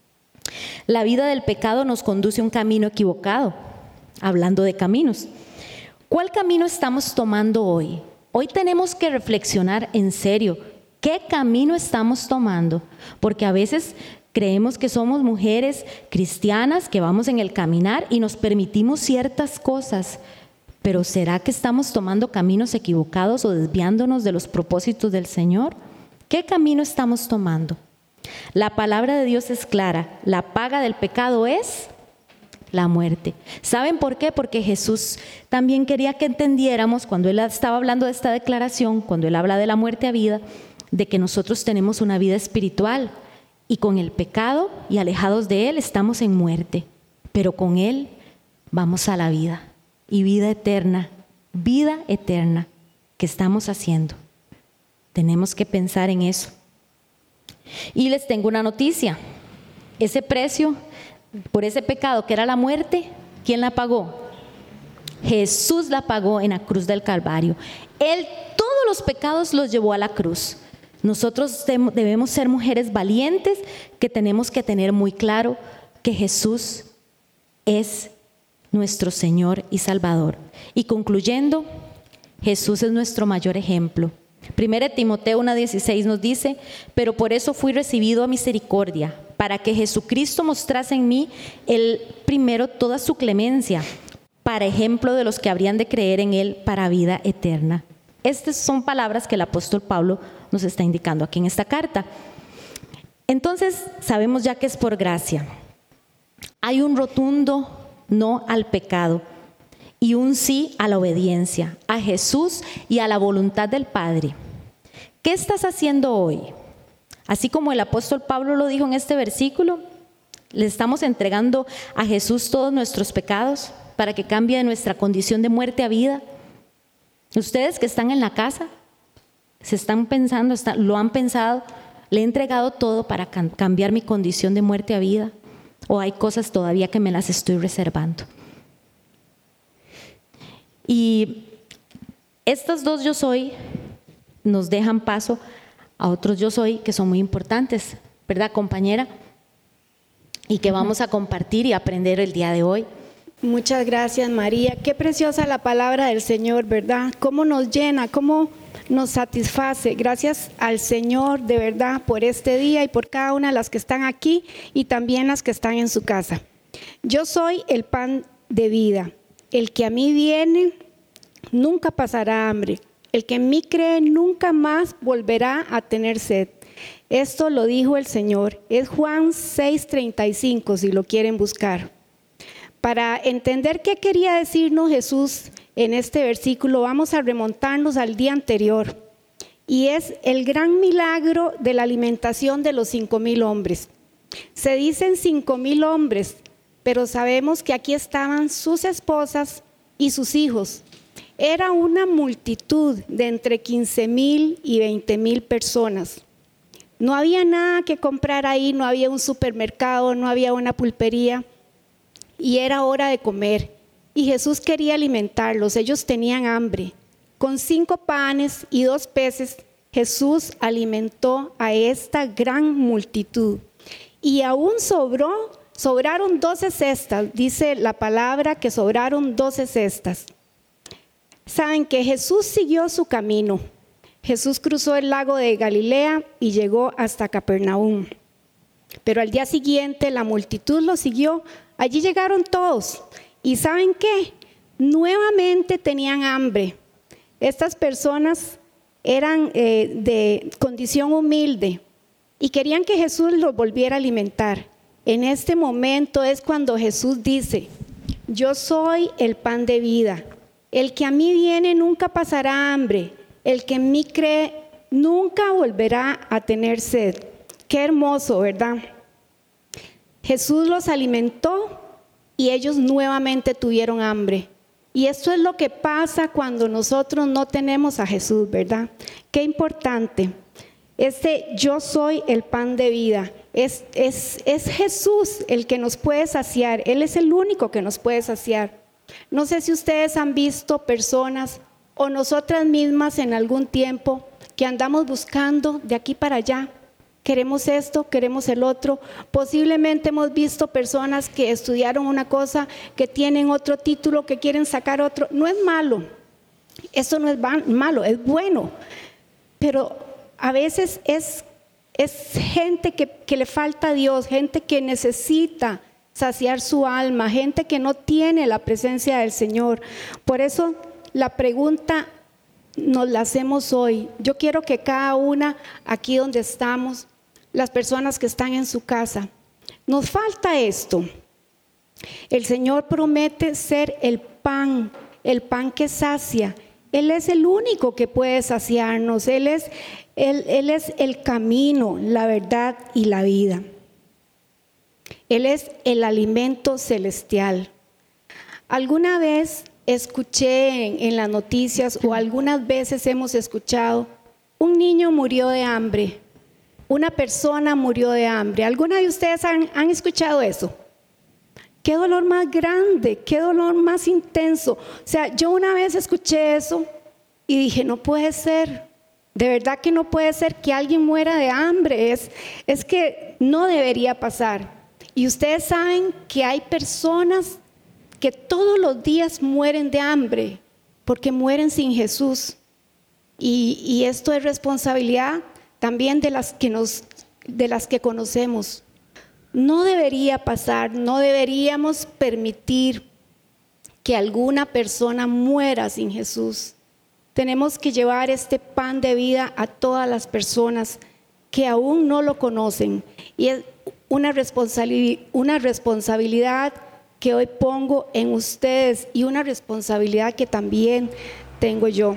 La vida del pecado nos conduce a un camino equivocado, hablando de caminos. ¿Cuál camino estamos tomando hoy? Hoy tenemos que reflexionar en serio. ¿Qué camino estamos tomando? Porque a veces creemos que somos mujeres cristianas que vamos en el caminar y nos permitimos ciertas cosas. Pero ¿será que estamos tomando caminos equivocados o desviándonos de los propósitos del Señor? ¿Qué camino estamos tomando? La palabra de Dios es clara. La paga del pecado es la muerte. ¿Saben por qué? Porque Jesús también quería que entendiéramos, cuando Él estaba hablando de esta declaración, cuando Él habla de la muerte a vida, de que nosotros tenemos una vida espiritual y con el pecado y alejados de Él estamos en muerte, pero con Él vamos a la vida y vida eterna, vida eterna que estamos haciendo. Tenemos que pensar en eso. Y les tengo una noticia, ese precio por ese pecado que era la muerte, ¿quién la pagó? Jesús la pagó en la cruz del Calvario. Él todos los pecados los llevó a la cruz. Nosotros debemos ser mujeres valientes que tenemos que tener muy claro que Jesús es nuestro Señor y Salvador. Y concluyendo, Jesús es nuestro mayor ejemplo. Primera Timoteo uno dieciséis nos dice: pero por eso fui recibido a misericordia, para que Jesucristo mostrase en mí el primero toda su clemencia, para ejemplo de los que habrían de creer en Él para vida eterna. Estas son palabras que el apóstol Pablo nos está indicando aquí en esta carta. Entonces, sabemos ya que es por gracia. Hay un rotundo no al pecado y un sí a la obediencia, a Jesús y a la voluntad del Padre. ¿Qué estás haciendo hoy? Así como el apóstol Pablo lo dijo en este versículo, ¿le estamos entregando a Jesús todos nuestros pecados para que cambie de nuestra condición de muerte a vida? Ustedes que están en la casa, se están pensando, están, lo han pensado, ¿le he entregado todo para can- cambiar mi condición de muerte a vida? ¿O hay cosas todavía que me las estoy reservando? Y estos dos yo soy nos dejan paso a otros yo soy que son muy importantes, ¿verdad, compañera? Y que vamos a compartir y aprender el día de hoy. Muchas gracias, María. Qué preciosa la palabra del Señor, ¿verdad? Cómo nos llena, cómo nos satisface. Gracias al Señor, de verdad, por este día y por cada una de las que están aquí y también las que están en su casa. Yo soy el pan de vida. El que a mí viene nunca pasará hambre. El que en mí cree nunca más volverá a tener sed. Esto lo dijo el Señor. Es Juan seis treinta y cinco, si lo quieren buscar. Para entender qué quería decirnos Jesús en este versículo, vamos a remontarnos al día anterior. Y es el gran milagro de la alimentación de los cinco mil hombres. Se dicen cinco mil hombres, pero sabemos que aquí estaban sus esposas y sus hijos. Era una multitud de entre quince mil y veinte mil personas. No había nada que comprar ahí, no había un supermercado, no había una pulpería. Y era hora de comer. Y Jesús quería alimentarlos, ellos tenían hambre. Con cinco panes y dos peces, Jesús alimentó a esta gran multitud. Y aún sobró, sobraron doce cestas, dice la palabra que sobraron doce cestas. Saben que Jesús siguió su camino. Jesús cruzó el lago de Galilea y llegó hasta Capernaum. Pero al día siguiente la multitud lo siguió. Allí llegaron todos. ¿Y saben qué? Nuevamente tenían hambre. Estas personas eran eh, de condición humilde y querían que Jesús los volviera a alimentar. En este momento es cuando Jesús dice: yo soy el pan de vida. El que a mí viene nunca pasará hambre. El que en mí cree nunca volverá a tener sed. Qué hermoso, ¿verdad? Jesús los alimentó y ellos nuevamente tuvieron hambre. Y esto es lo que pasa cuando nosotros no tenemos a Jesús, ¿verdad? Qué importante. Este yo soy el pan de vida. Es, es, es Jesús el que nos puede saciar. Él es el único que nos puede saciar. No sé si ustedes han visto personas o nosotras mismas en algún tiempo que andamos buscando de aquí para allá queremos esto, queremos el otro. Posiblemente hemos visto personas que estudiaron una cosa, que tienen otro título, que quieren sacar otro. No es malo, eso no es malo, es bueno. Pero a veces es, es gente que, que le falta a Dios, gente que necesita saciar su alma, gente que no tiene la presencia del Señor. Por eso la pregunta nos la hacemos hoy. Yo quiero que cada una, aquí donde estamos, las personas que están en su casa, nos falta esto. El Señor promete ser el pan, el pan que sacia. Él es el único que puede saciarnos. Él es, él, él es el camino, la verdad y la vida. Él es el alimento celestial. Alguna vez escuché en, en las noticias, o algunas veces hemos escuchado, un niño murió de hambre, una persona murió de hambre. ¿Alguna de ustedes han, han escuchado eso? Qué dolor más grande, qué dolor más intenso. O sea, yo una vez escuché eso y dije, no puede ser, de verdad que no puede ser que alguien muera de hambre, es, es que no debería pasar. Y ustedes saben que hay personas que todos los días mueren de hambre porque mueren sin Jesús. Y, y esto es responsabilidad también de las que nos, de las que conocemos. No debería pasar, no deberíamos permitir que alguna persona muera sin Jesús. Tenemos que llevar este pan de vida a todas las personas que aún no lo conocen. Y es una responsabilidad, una responsabilidad que hoy pongo en ustedes y una responsabilidad que también tengo yo.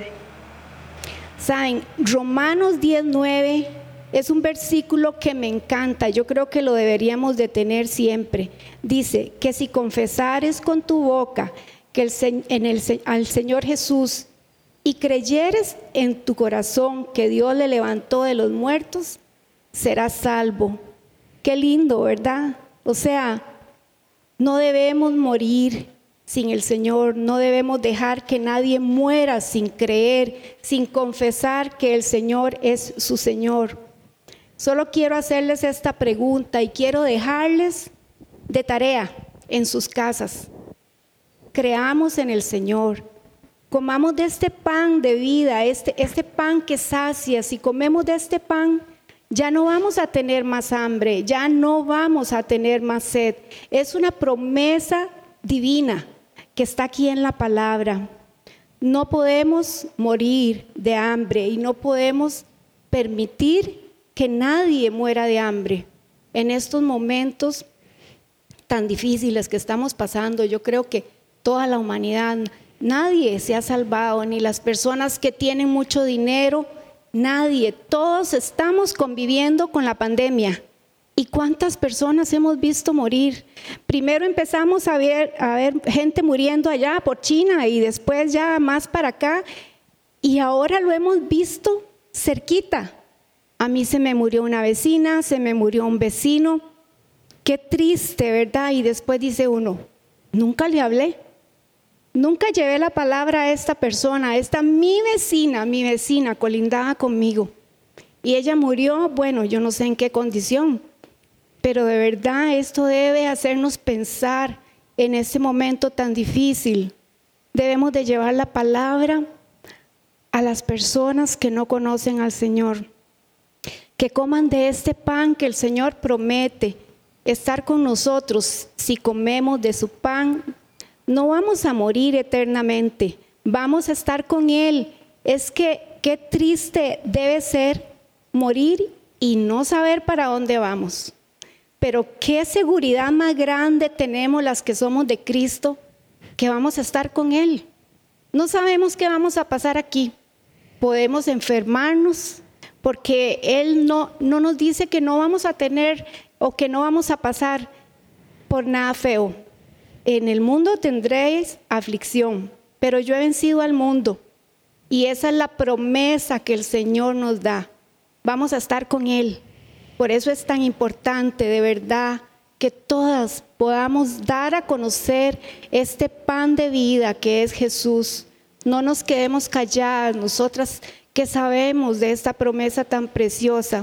Saben, Romanos diez nueve es un versículo que me encanta, yo creo que lo deberíamos de tener siempre. Dice que si confesares con tu boca que el, en el, al Señor Jesús y creyeres en tu corazón que Dios le levantó de los muertos, serás salvo. Qué lindo, ¿verdad? O sea, no debemos morir sin el Señor, no debemos dejar que nadie muera sin creer, sin confesar que el Señor es su Señor. Solo quiero hacerles esta pregunta y quiero dejarles de tarea en sus casas. Creamos en el Señor, comamos de este pan de vida, este, este pan que sacia. Si comemos de este pan, ya no vamos a tener más hambre, ya no vamos a tener más sed. Es una promesa divina que está aquí en la palabra. No podemos morir de hambre y no podemos permitir que nadie muera de hambre. En estos momentos tan difíciles que estamos pasando, yo creo que toda la humanidad, nadie se ha salvado, ni las personas que tienen mucho dinero, nadie. Todos estamos conviviendo con la pandemia. ¿Y cuántas personas hemos visto morir? Primero empezamos a ver, a ver gente muriendo allá por China y después ya más para acá. Y ahora lo hemos visto cerquita. A mí se me murió una vecina, se me murió un vecino. Qué triste, ¿verdad? Y después dice uno, nunca le hablé. Nunca llevé la palabra a esta persona, a esta mi vecina, mi vecina colindaba conmigo. Y ella murió, bueno, yo no sé en qué condición. Pero de verdad esto debe hacernos pensar en este momento tan difícil. Debemos de llevar la palabra a las personas que no conocen al Señor. Que coman de este pan que el Señor promete estar con nosotros. Si comemos de su pan, no vamos a morir eternamente, vamos a estar con Él. Es que qué triste debe ser morir y no saber para dónde vamos. Pero qué seguridad más grande tenemos las que somos de Cristo, que vamos a estar con Él. No sabemos qué vamos a pasar aquí. Podemos enfermarnos, porque Él no, no nos dice que no vamos a tener o que no vamos a pasar por nada feo. En el mundo tendréis aflicción, pero yo he vencido al mundo. Y esa es la promesa que el Señor nos da. Vamos a estar con Él. Por eso es tan importante, de verdad, que todas podamos dar a conocer este pan de vida que es Jesús. No nos quedemos calladas, nosotras que sabemos de esta promesa tan preciosa.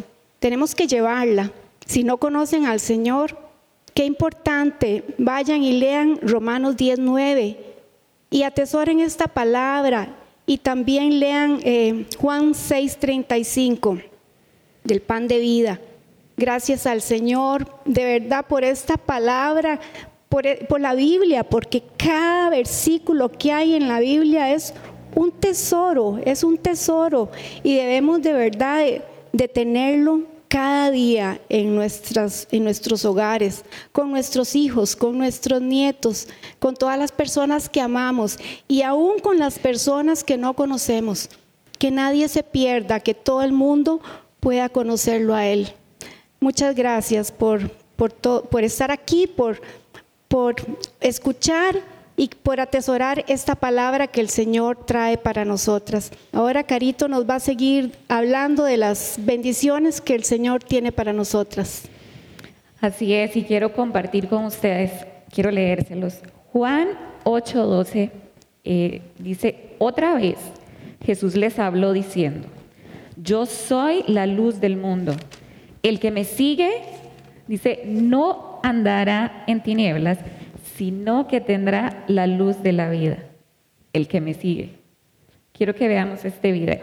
tenemos que llevarla. Si no conocen al Señor, qué importante, vayan y lean Romanos diez nueve y atesoren esta palabra, y también lean eh, Juan seis treinta y cinco del pan de vida. Gracias al Señor, de verdad, por esta palabra, por, por la Biblia, porque cada versículo que hay en la Biblia es un tesoro, es un tesoro, y debemos de verdad de, de tenerlo cada día en, nuestras, en nuestros hogares, con nuestros hijos, con nuestros nietos, con todas las personas que amamos y aún con las personas que no conocemos. Que nadie se pierda, que todo el mundo pueda conocerlo a Él. Muchas gracias por, por, to, por estar aquí, por, por escuchar y por atesorar esta palabra que el Señor trae para nosotras. Ahora Carito nos va a seguir hablando de las bendiciones que el Señor tiene para nosotras. Así es, y quiero compartir con ustedes, quiero leérselos. Juan ocho doce eh, dice, otra vez Jesús les habló diciendo, yo soy la luz del mundo. El que me sigue, dice, no andará en tinieblas, sino que tendrá la luz de la vida, el que me sigue. Quiero que veamos este video.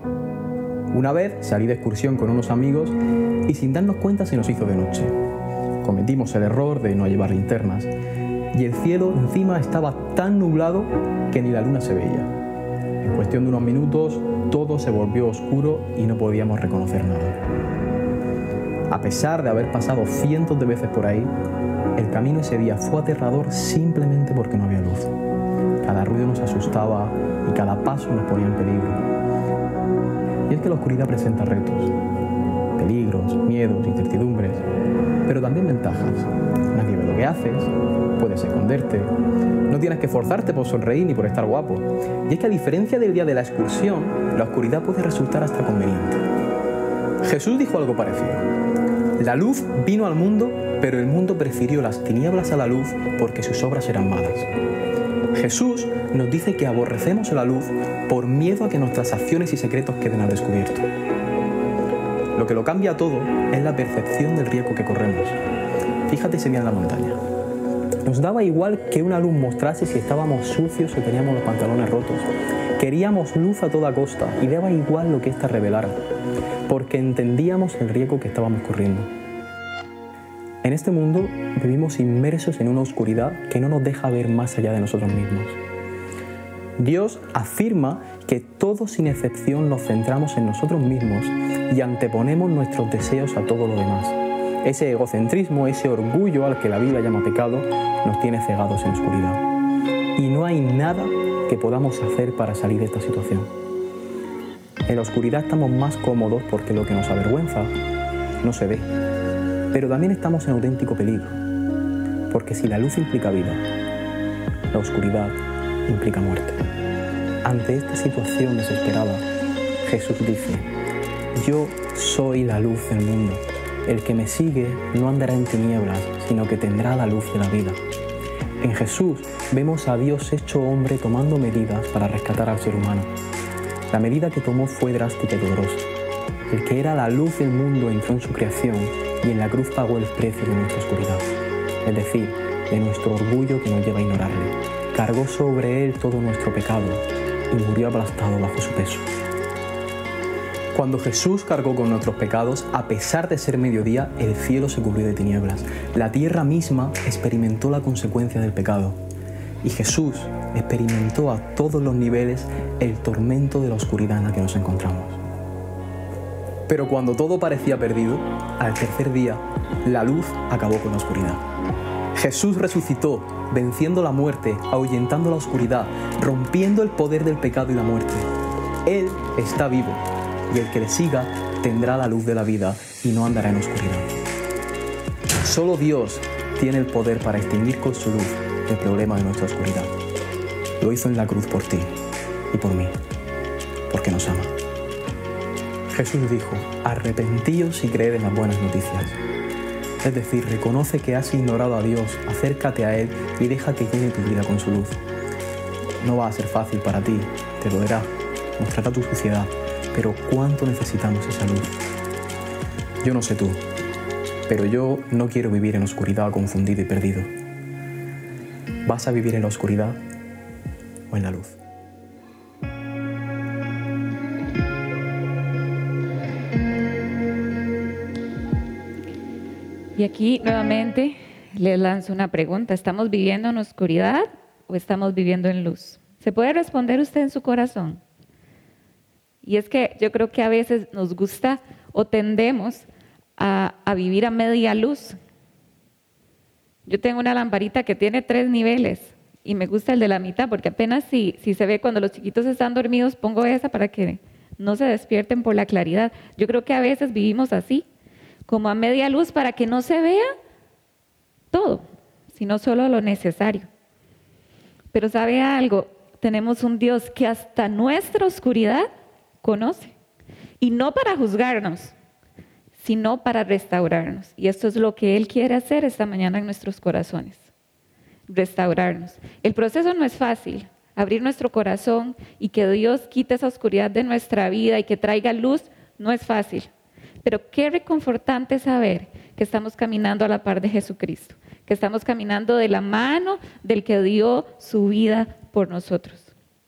Una vez salí de excursión con unos amigos y sin darnos cuenta se nos hizo de noche. Cometimos el error de no llevar linternas y el cielo encima estaba tan nublado que ni la luna se veía. En cuestión de unos minutos todo se volvió oscuro y no podíamos reconocer nada. A pesar de haber pasado cientos de veces por ahí, el camino ese día fue aterrador simplemente porque no había luz. Cada ruido nos asustaba y cada paso nos ponía en peligro. Y es que la oscuridad presenta retos, peligros, miedos, incertidumbres, pero también ventajas. Nadie ve lo que haces, puedes esconderte, no tienes que esforzarte por sonreír ni por estar guapo. Y es que a diferencia del día de la excursión, la oscuridad puede resultar hasta conveniente. Jesús dijo algo parecido. La luz vino al mundo, pero el mundo prefirió las tinieblas a la luz porque sus obras eran malas. Jesús nos dice que aborrecemos la luz por miedo a que nuestras acciones y secretos queden al descubierto. Lo que lo cambia todo es la percepción del riesgo que corremos. Fíjate ese día en la montaña. Nos daba igual que una luz mostrase si estábamos sucios o teníamos los pantalones rotos. Queríamos luz a toda costa y daba igual lo que ésta revelara, porque entendíamos el riesgo que estábamos corriendo. En este mundo vivimos inmersos en una oscuridad que no nos deja ver más allá de nosotros mismos. Dios afirma que todos sin excepción nos centramos en nosotros mismos y anteponemos nuestros deseos a todo lo demás. Ese egocentrismo, ese orgullo al que la Biblia llama pecado, nos tiene cegados en oscuridad. Y no hay nada que podamos hacer para salir de esta situación. En la oscuridad estamos más cómodos porque lo que nos avergüenza no se ve. Pero también estamos en auténtico peligro, porque si la luz implica vida, la oscuridad implica muerte. Ante esta situación desesperada, Jesús dice, yo soy la luz del mundo. El que me sigue no andará en tinieblas, sino que tendrá la luz de la vida. En Jesús vemos a Dios hecho hombre tomando medidas para rescatar al ser humano. La medida que tomó fue drástica y dolorosa. El que era la luz del mundo entró en su creación y en la cruz pagó el precio de nuestra oscuridad, es decir, de nuestro orgullo que nos lleva a ignorarle. Cargó sobre él todo nuestro pecado y murió aplastado bajo su peso. Cuando Jesús cargó con nuestros pecados, a pesar de ser mediodía, el cielo se cubrió de tinieblas. La tierra misma experimentó la consecuencia del pecado. Y Jesús experimentó a todos los niveles el tormento de la oscuridad en la que nos encontramos. Pero cuando todo parecía perdido, al tercer día, la luz acabó con la oscuridad. Jesús resucitó, venciendo la muerte, ahuyentando la oscuridad, rompiendo el poder del pecado y la muerte. Él está vivo, y el que le siga tendrá la luz de la vida y no andará en oscuridad. Solo Dios tiene el poder para extinguir con su luz el problema de nuestra oscuridad. Lo hizo en la cruz por ti y por mí, porque nos ama. Jesús dijo, arrepentíos y creed en las buenas noticias. Es decir, reconoce que has ignorado a Dios, acércate a Él y deja que llene tu vida con su luz. No va a ser fácil para ti, te dolerá, mostrará tu suciedad, pero cuánto necesitamos esa luz. Yo no sé tú, pero yo no quiero vivir en oscuridad, confundido y perdido. ¿Vas a vivir en la oscuridad o en la luz? Y aquí nuevamente les lanzo una pregunta. ¿Estamos viviendo en oscuridad o estamos viviendo en luz? ¿Se puede responder usted en su corazón? Y es que yo creo que a veces nos gusta o tendemos a, a vivir a media luz. Yo tengo una lamparita que tiene tres niveles y me gusta el de la mitad porque apenas si, si se ve cuando los chiquitos están dormidos, pongo esa para que no se despierten por la claridad. Yo creo que a veces vivimos así, como a media luz para que no se vea todo, sino solo lo necesario. Pero ¿sabe algo? Tenemos un Dios que hasta nuestra oscuridad conoce, y no para juzgarnos, sino para restaurarnos. Y esto es lo que Él quiere hacer esta mañana en nuestros corazones, restaurarnos. El proceso no es fácil, abrir nuestro corazón y que Dios quite esa oscuridad de nuestra vida y que traiga luz, no es fácil. Pero qué reconfortante saber que estamos caminando a la par de Jesucristo, que estamos caminando de la mano del que dio su vida por nosotros.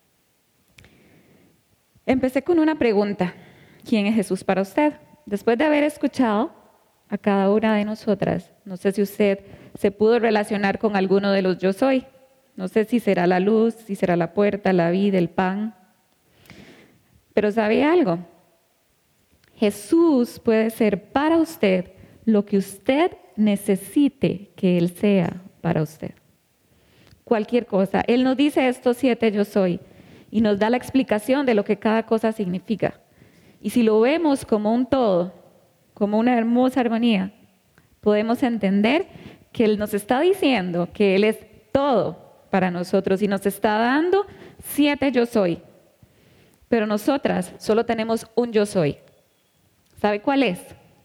Empecé con una pregunta: ¿quién es Jesús para usted? Después de haber escuchado a cada una de nosotras, no sé si usted se pudo relacionar con alguno de los yo soy. No sé si será la luz, si será la puerta, la vida, el pan. Pero ¿sabe algo? Jesús puede ser para usted lo que usted necesite que Él sea para usted. Cualquier cosa. Él nos dice estos siete yo soy y nos da la explicación de lo que cada cosa significa. Y si lo vemos como un todo, como una hermosa armonía, podemos entender que Él nos está diciendo que Él es todo para nosotros y nos está dando siete yo soy. Pero nosotras solo tenemos un yo soy. ¿Sabe cuál es?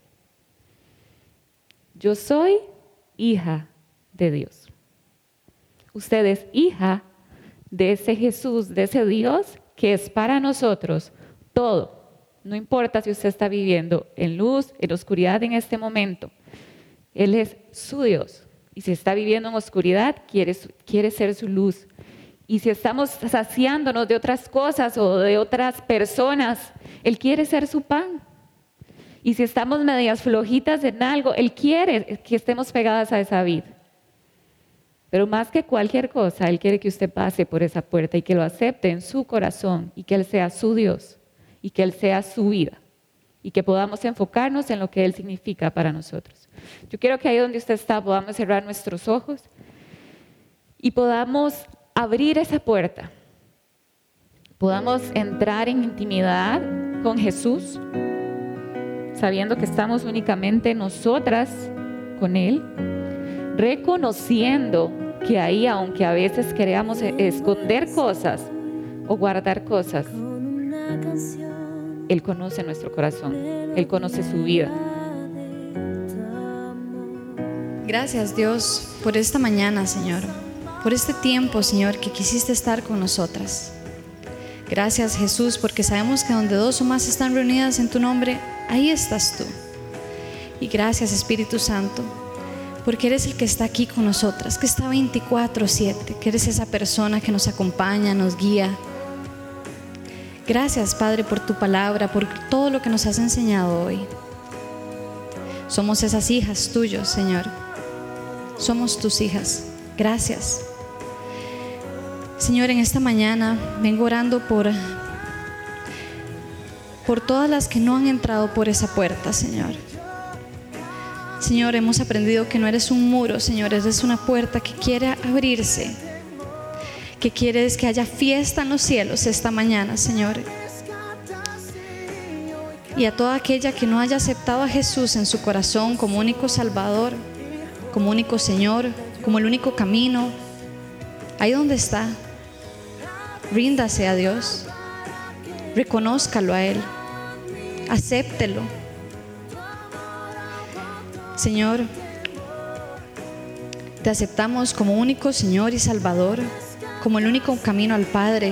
Yo soy hija de Dios. Usted es hija de ese Jesús, de ese Dios que es para nosotros todo. No importa si usted está viviendo en luz, en oscuridad en este momento. Él es su Dios. Y si está viviendo en oscuridad, quiere, quiere ser su luz. Y si estamos saciándonos de otras cosas o de otras personas, Él quiere ser su pan. Y si estamos medias flojitas en algo, Él quiere que estemos pegadas a esa vid. Pero más que cualquier cosa, Él quiere que usted pase por esa puerta y que lo acepte en su corazón y que Él sea su Dios y que Él sea su vida y que podamos enfocarnos en lo que Él significa para nosotros. Yo quiero que ahí donde usted está podamos cerrar nuestros ojos y podamos abrir esa puerta, podamos entrar en intimidad con Jesús, sabiendo que estamos únicamente nosotras con Él, reconociendo que ahí, aunque a veces queramos esconder cosas o guardar cosas, Él conoce nuestro corazón, Él conoce su vida. Gracias, Dios, por esta mañana, Señor, por este tiempo, Señor, que quisiste estar con nosotras. Gracias, Jesús, porque sabemos que donde dos o más están reunidas en tu nombre, ahí estás tú. Y gracias, Espíritu Santo, porque eres el que está aquí con nosotras, que está veinticuatro siete, que eres esa persona que nos acompaña, nos guía. Gracias, Padre, por tu palabra, por todo lo que nos has enseñado hoy. Somos esas hijas tuyas, Señor. Somos tus hijas. Gracias. Señor, en esta mañana vengo orando por, por todas las que no han entrado por esa puerta, Señor. Señor, hemos aprendido que no eres un muro, Señor, eres una puerta que quiere abrirse, que quieres que haya fiesta en los cielos esta mañana, Señor. Y a toda aquella que no haya aceptado a Jesús en su corazón como único Salvador, como único Señor, como el único camino, ahí donde está, ríndase a Dios, reconózcalo a Él, acéptelo. Señor, te aceptamos como único Señor y Salvador, como el único camino al Padre.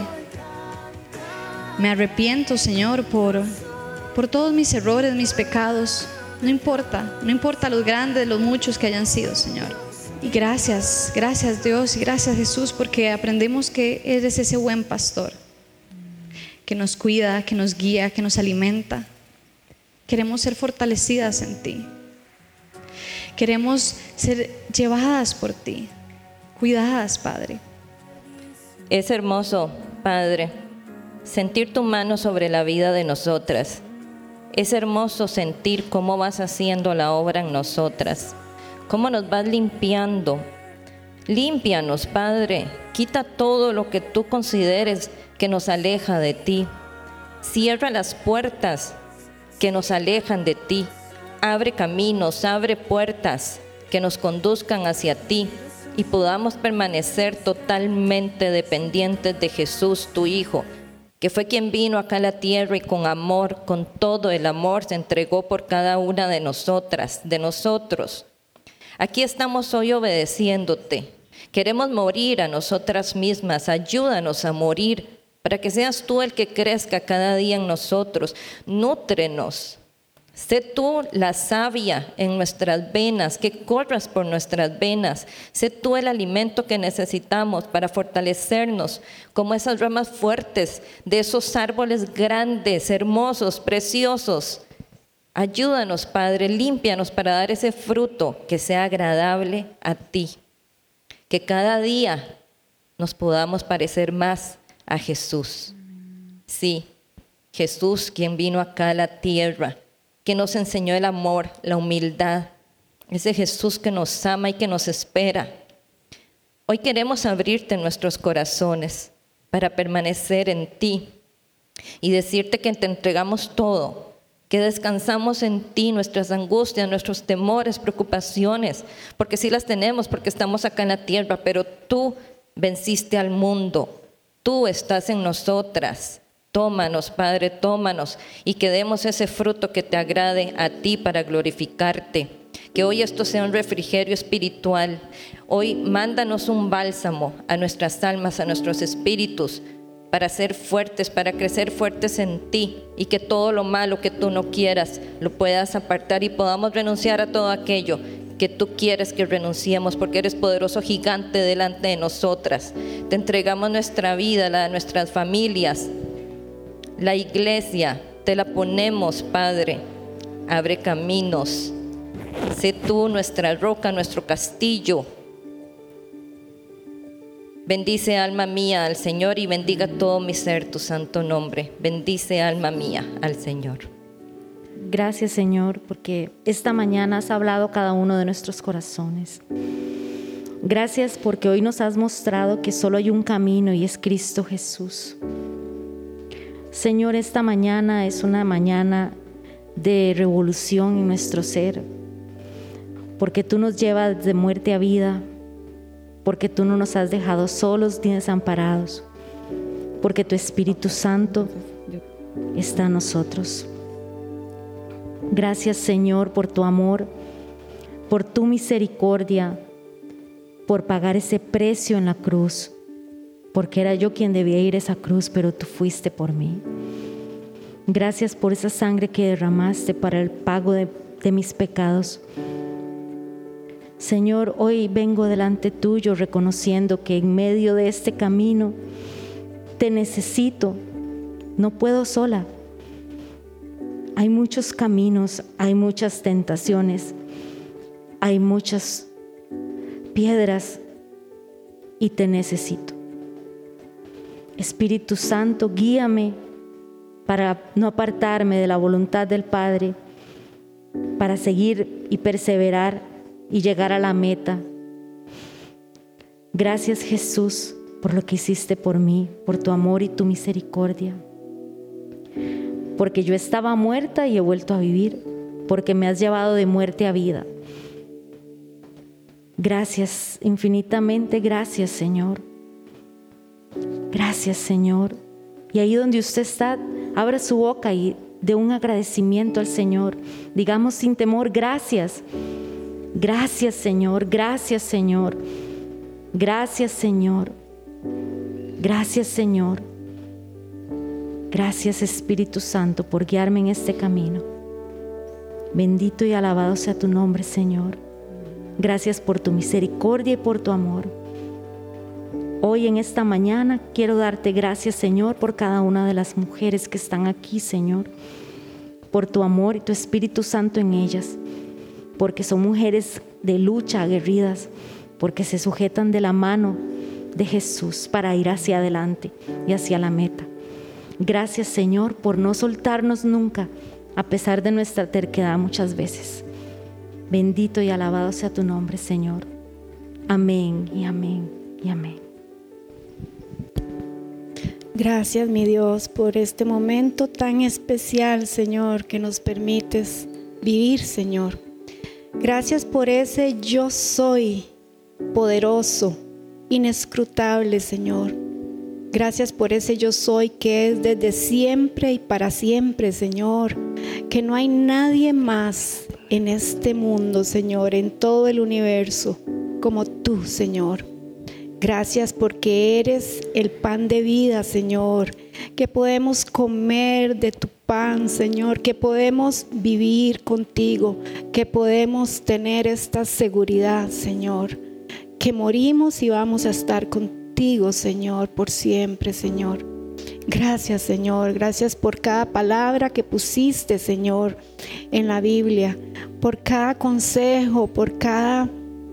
Me arrepiento, Señor, por, por todos mis errores, mis pecados. No importa, no importa los grandes, los muchos que hayan sido, Señor. Y gracias, gracias Dios y gracias Jesús, porque aprendemos que eres ese buen pastor que nos cuida, que nos guía, que nos alimenta. Queremos ser fortalecidas en ti. Queremos ser llevadas por ti, cuidadas, Padre. Es hermoso, Padre, sentir tu mano sobre la vida de nosotras. Es hermoso sentir cómo vas haciendo la obra en nosotras, cómo nos vas limpiando. Límpianos, Padre, quita todo lo que tú consideres que nos aleja de ti. Cierra las puertas que nos alejan de ti. Abre caminos, abre puertas que nos conduzcan hacia ti y podamos permanecer totalmente dependientes de Jesús, tu Hijo, que fue quien vino acá a la tierra y con amor, con todo el amor, se entregó por cada una de nosotras, de nosotros. Aquí estamos hoy obedeciéndote. Queremos morir a nosotras mismas. Ayúdanos a morir para que seas tú el que crezca cada día en nosotros. Nútrenos. Sé tú la savia en nuestras venas, que corras por nuestras venas. Sé tú el alimento que necesitamos para fortalecernos como esas ramas fuertes de esos árboles grandes, hermosos, preciosos. Ayúdanos, Padre, límpianos para dar ese fruto que sea agradable a ti. Que cada día nos podamos parecer más a Jesús. Sí, Jesús, quien vino acá a la tierra, que nos enseñó el amor, la humildad, ese Jesús que nos ama y que nos espera. Hoy queremos abrirte nuestros corazones para permanecer en ti y decirte que te entregamos todo, que descansamos en ti, nuestras angustias, nuestros temores, preocupaciones, porque sí las tenemos, porque estamos acá en la tierra, pero tú venciste al mundo, tú estás en nosotras. Tómanos, Padre, tómanos y que demos ese fruto que te agrade a ti para glorificarte. Que hoy esto sea un refrigerio espiritual. Hoy mándanos un bálsamo a nuestras almas, a nuestros espíritus, para ser fuertes, para crecer fuertes en ti y que todo lo malo que tú no quieras lo puedas apartar y podamos renunciar a todo aquello que tú quieres que renunciemos, porque eres poderoso gigante delante de nosotras. Te entregamos nuestra vida, la de nuestras familias. La iglesia, te la ponemos, Padre. Abre caminos. Sé tú nuestra roca, nuestro castillo. Bendice, alma mía, al Señor, y bendiga todo mi ser tu santo nombre. Bendice, alma mía, al Señor. Gracias, Señor, porque esta mañana has hablado a cada uno de nuestros corazones. Gracias porque hoy nos has mostrado que solo hay un camino y es Cristo Jesús. Señor, esta mañana es una mañana de revolución en nuestro ser, porque tú nos llevas de muerte a vida, porque tú no nos has dejado solos ni desamparados, porque tu Espíritu Santo está en nosotros. Gracias, Señor, por tu amor, por tu misericordia, por pagar ese precio en la cruz, porque era yo quien debía ir a esa cruz, pero tú fuiste por mí. Gracias por esa sangre que derramaste para el pago de, de mis pecados. Señor, hoy vengo delante tuyo reconociendo que en medio de este camino te necesito, no puedo sola. Hay muchos caminos, hay muchas tentaciones, hay muchas piedras y te necesito. Espíritu Santo, guíame para no apartarme de la voluntad del Padre, para seguir y perseverar y llegar a la meta. Gracias, Jesús, por lo que hiciste por mí, por tu amor y tu misericordia. Porque yo estaba muerta y he vuelto a vivir, porque me has llevado de muerte a vida. Gracias, infinitamente gracias, Señor. Gracias, Señor. Y ahí donde usted está, abra su boca y dé un agradecimiento al Señor. Digamos sin temor, gracias. Gracias, Señor. Gracias, Señor. Gracias, Señor. Gracias, Señor. Gracias, Espíritu Santo, por guiarme en este camino. Bendito y alabado sea tu nombre, Señor. Gracias por tu misericordia y por tu amor. Hoy en esta mañana quiero darte gracias, Señor, por cada una de las mujeres que están aquí, Señor, por tu amor y tu Espíritu Santo en ellas, porque son mujeres de lucha, aguerridas, porque se sujetan de la mano de Jesús para ir hacia adelante y hacia la meta. Gracias, Señor, por no soltarnos nunca, a pesar de nuestra terquedad muchas veces. Bendito y alabado sea tu nombre, Señor. Amén y amén y amén. Gracias, mi Dios, por este momento tan especial, Señor, que nos permites vivir, Señor. Gracias por ese yo soy poderoso, inescrutable, Señor. Gracias por ese yo soy que es desde siempre y para siempre, Señor. Que no hay nadie más en este mundo, Señor, en todo el universo, como tú, Señor. Gracias porque eres el pan de vida, Señor, que podemos comer de tu pan, Señor, que podemos vivir contigo, que podemos tener esta seguridad, Señor, que morimos y vamos a estar contigo, Señor, por siempre, Señor. Gracias, Señor, gracias por cada palabra que pusiste, Señor, en la Biblia, por cada consejo, por cada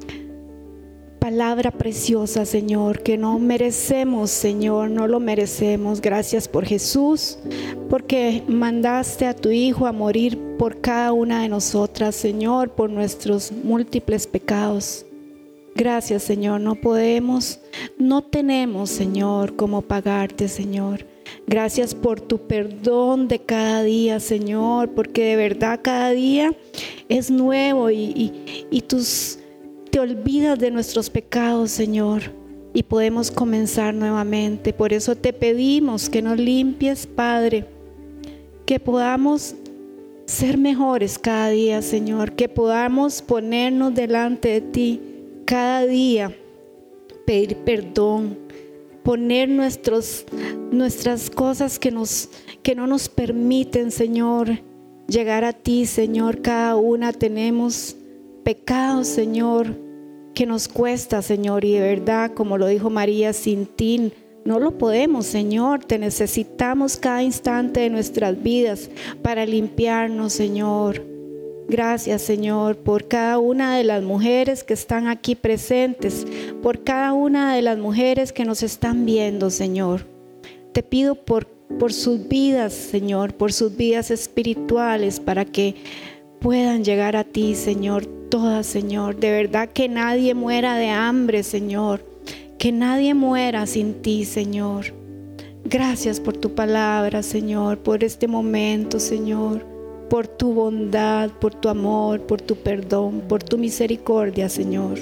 palabra preciosa, Señor, que no merecemos, Señor, no lo merecemos. Gracias por Jesús, porque mandaste a tu Hijo a morir por cada una de nosotras, Señor, por nuestros múltiples pecados. Gracias, Señor, no podemos, no tenemos, Señor, cómo pagarte, Señor. Gracias por tu perdón de cada día, Señor, porque de verdad cada día es nuevo y, y, y tus te olvidas de nuestros pecados, Señor, y podemos comenzar nuevamente. Por eso te pedimos que nos limpies, Padre, que podamos ser mejores cada día, Señor, que podamos ponernos delante de ti cada día, pedir perdón, poner nuestros, nuestras cosas que, nos, que no nos permiten, Señor, llegar a ti, Señor. Cada una tenemos pecados, Señor, que nos cuesta, Señor, y de verdad, como lo dijo María, sin ti no lo podemos, Señor. Te necesitamos cada instante de nuestras vidas para limpiarnos, Señor. Gracias, Señor, por cada una de las mujeres que están aquí presentes, por cada una de las mujeres que nos están viendo, Señor. Te pido por, por sus vidas, Señor, por sus vidas espirituales, para que puedan llegar a ti, Señor, todas, Señor. De verdad que nadie muera de hambre, Señor. Que nadie muera sin ti, Señor. Gracias por tu palabra, Señor, por este momento, Señor, por tu bondad, por tu amor, por tu perdón, por tu misericordia, Señor.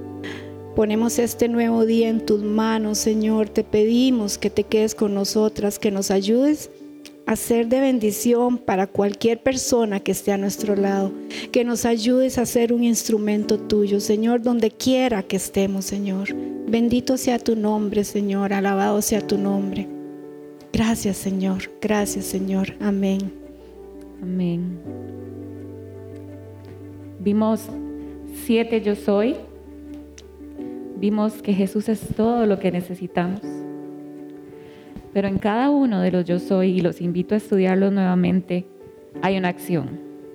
Ponemos este nuevo día en tus manos, Señor. Te pedimos que te quedes con nosotras, que nos ayudes a ser de bendición para cualquier persona que esté a nuestro lado, que nos ayudes a ser un instrumento tuyo, Señor, donde quiera que estemos, Señor. Bendito sea tu nombre, Señor, alabado sea tu nombre. Gracias, Señor, gracias, Señor, amén. Amén. Vimos siete yo soy, vimos que Jesús es todo lo que necesitamos. Pero en cada uno de los yo soy, y los invito a estudiarlos nuevamente, hay una acción.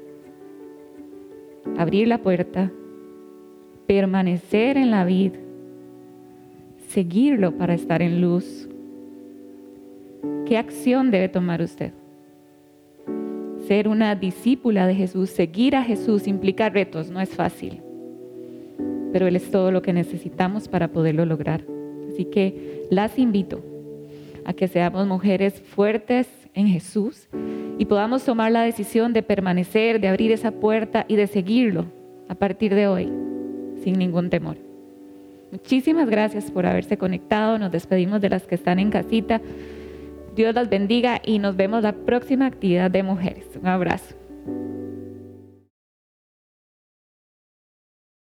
Abrir la puerta, permanecer en la vid, seguirlo para estar en luz. ¿Qué acción debe tomar usted? Ser una discípula de Jesús, seguir a Jesús implica retos, no es fácil. Pero Él es todo lo que necesitamos para poderlo lograr. Así que las invito a que seamos mujeres fuertes en Jesús y podamos tomar la decisión de permanecer, de abrir esa puerta y de seguirlo a partir de hoy, sin ningún temor. Muchísimas gracias por haberse conectado. Nos despedimos de las que están en casita. Dios las bendiga y nos vemos la próxima actividad de mujeres. Un abrazo.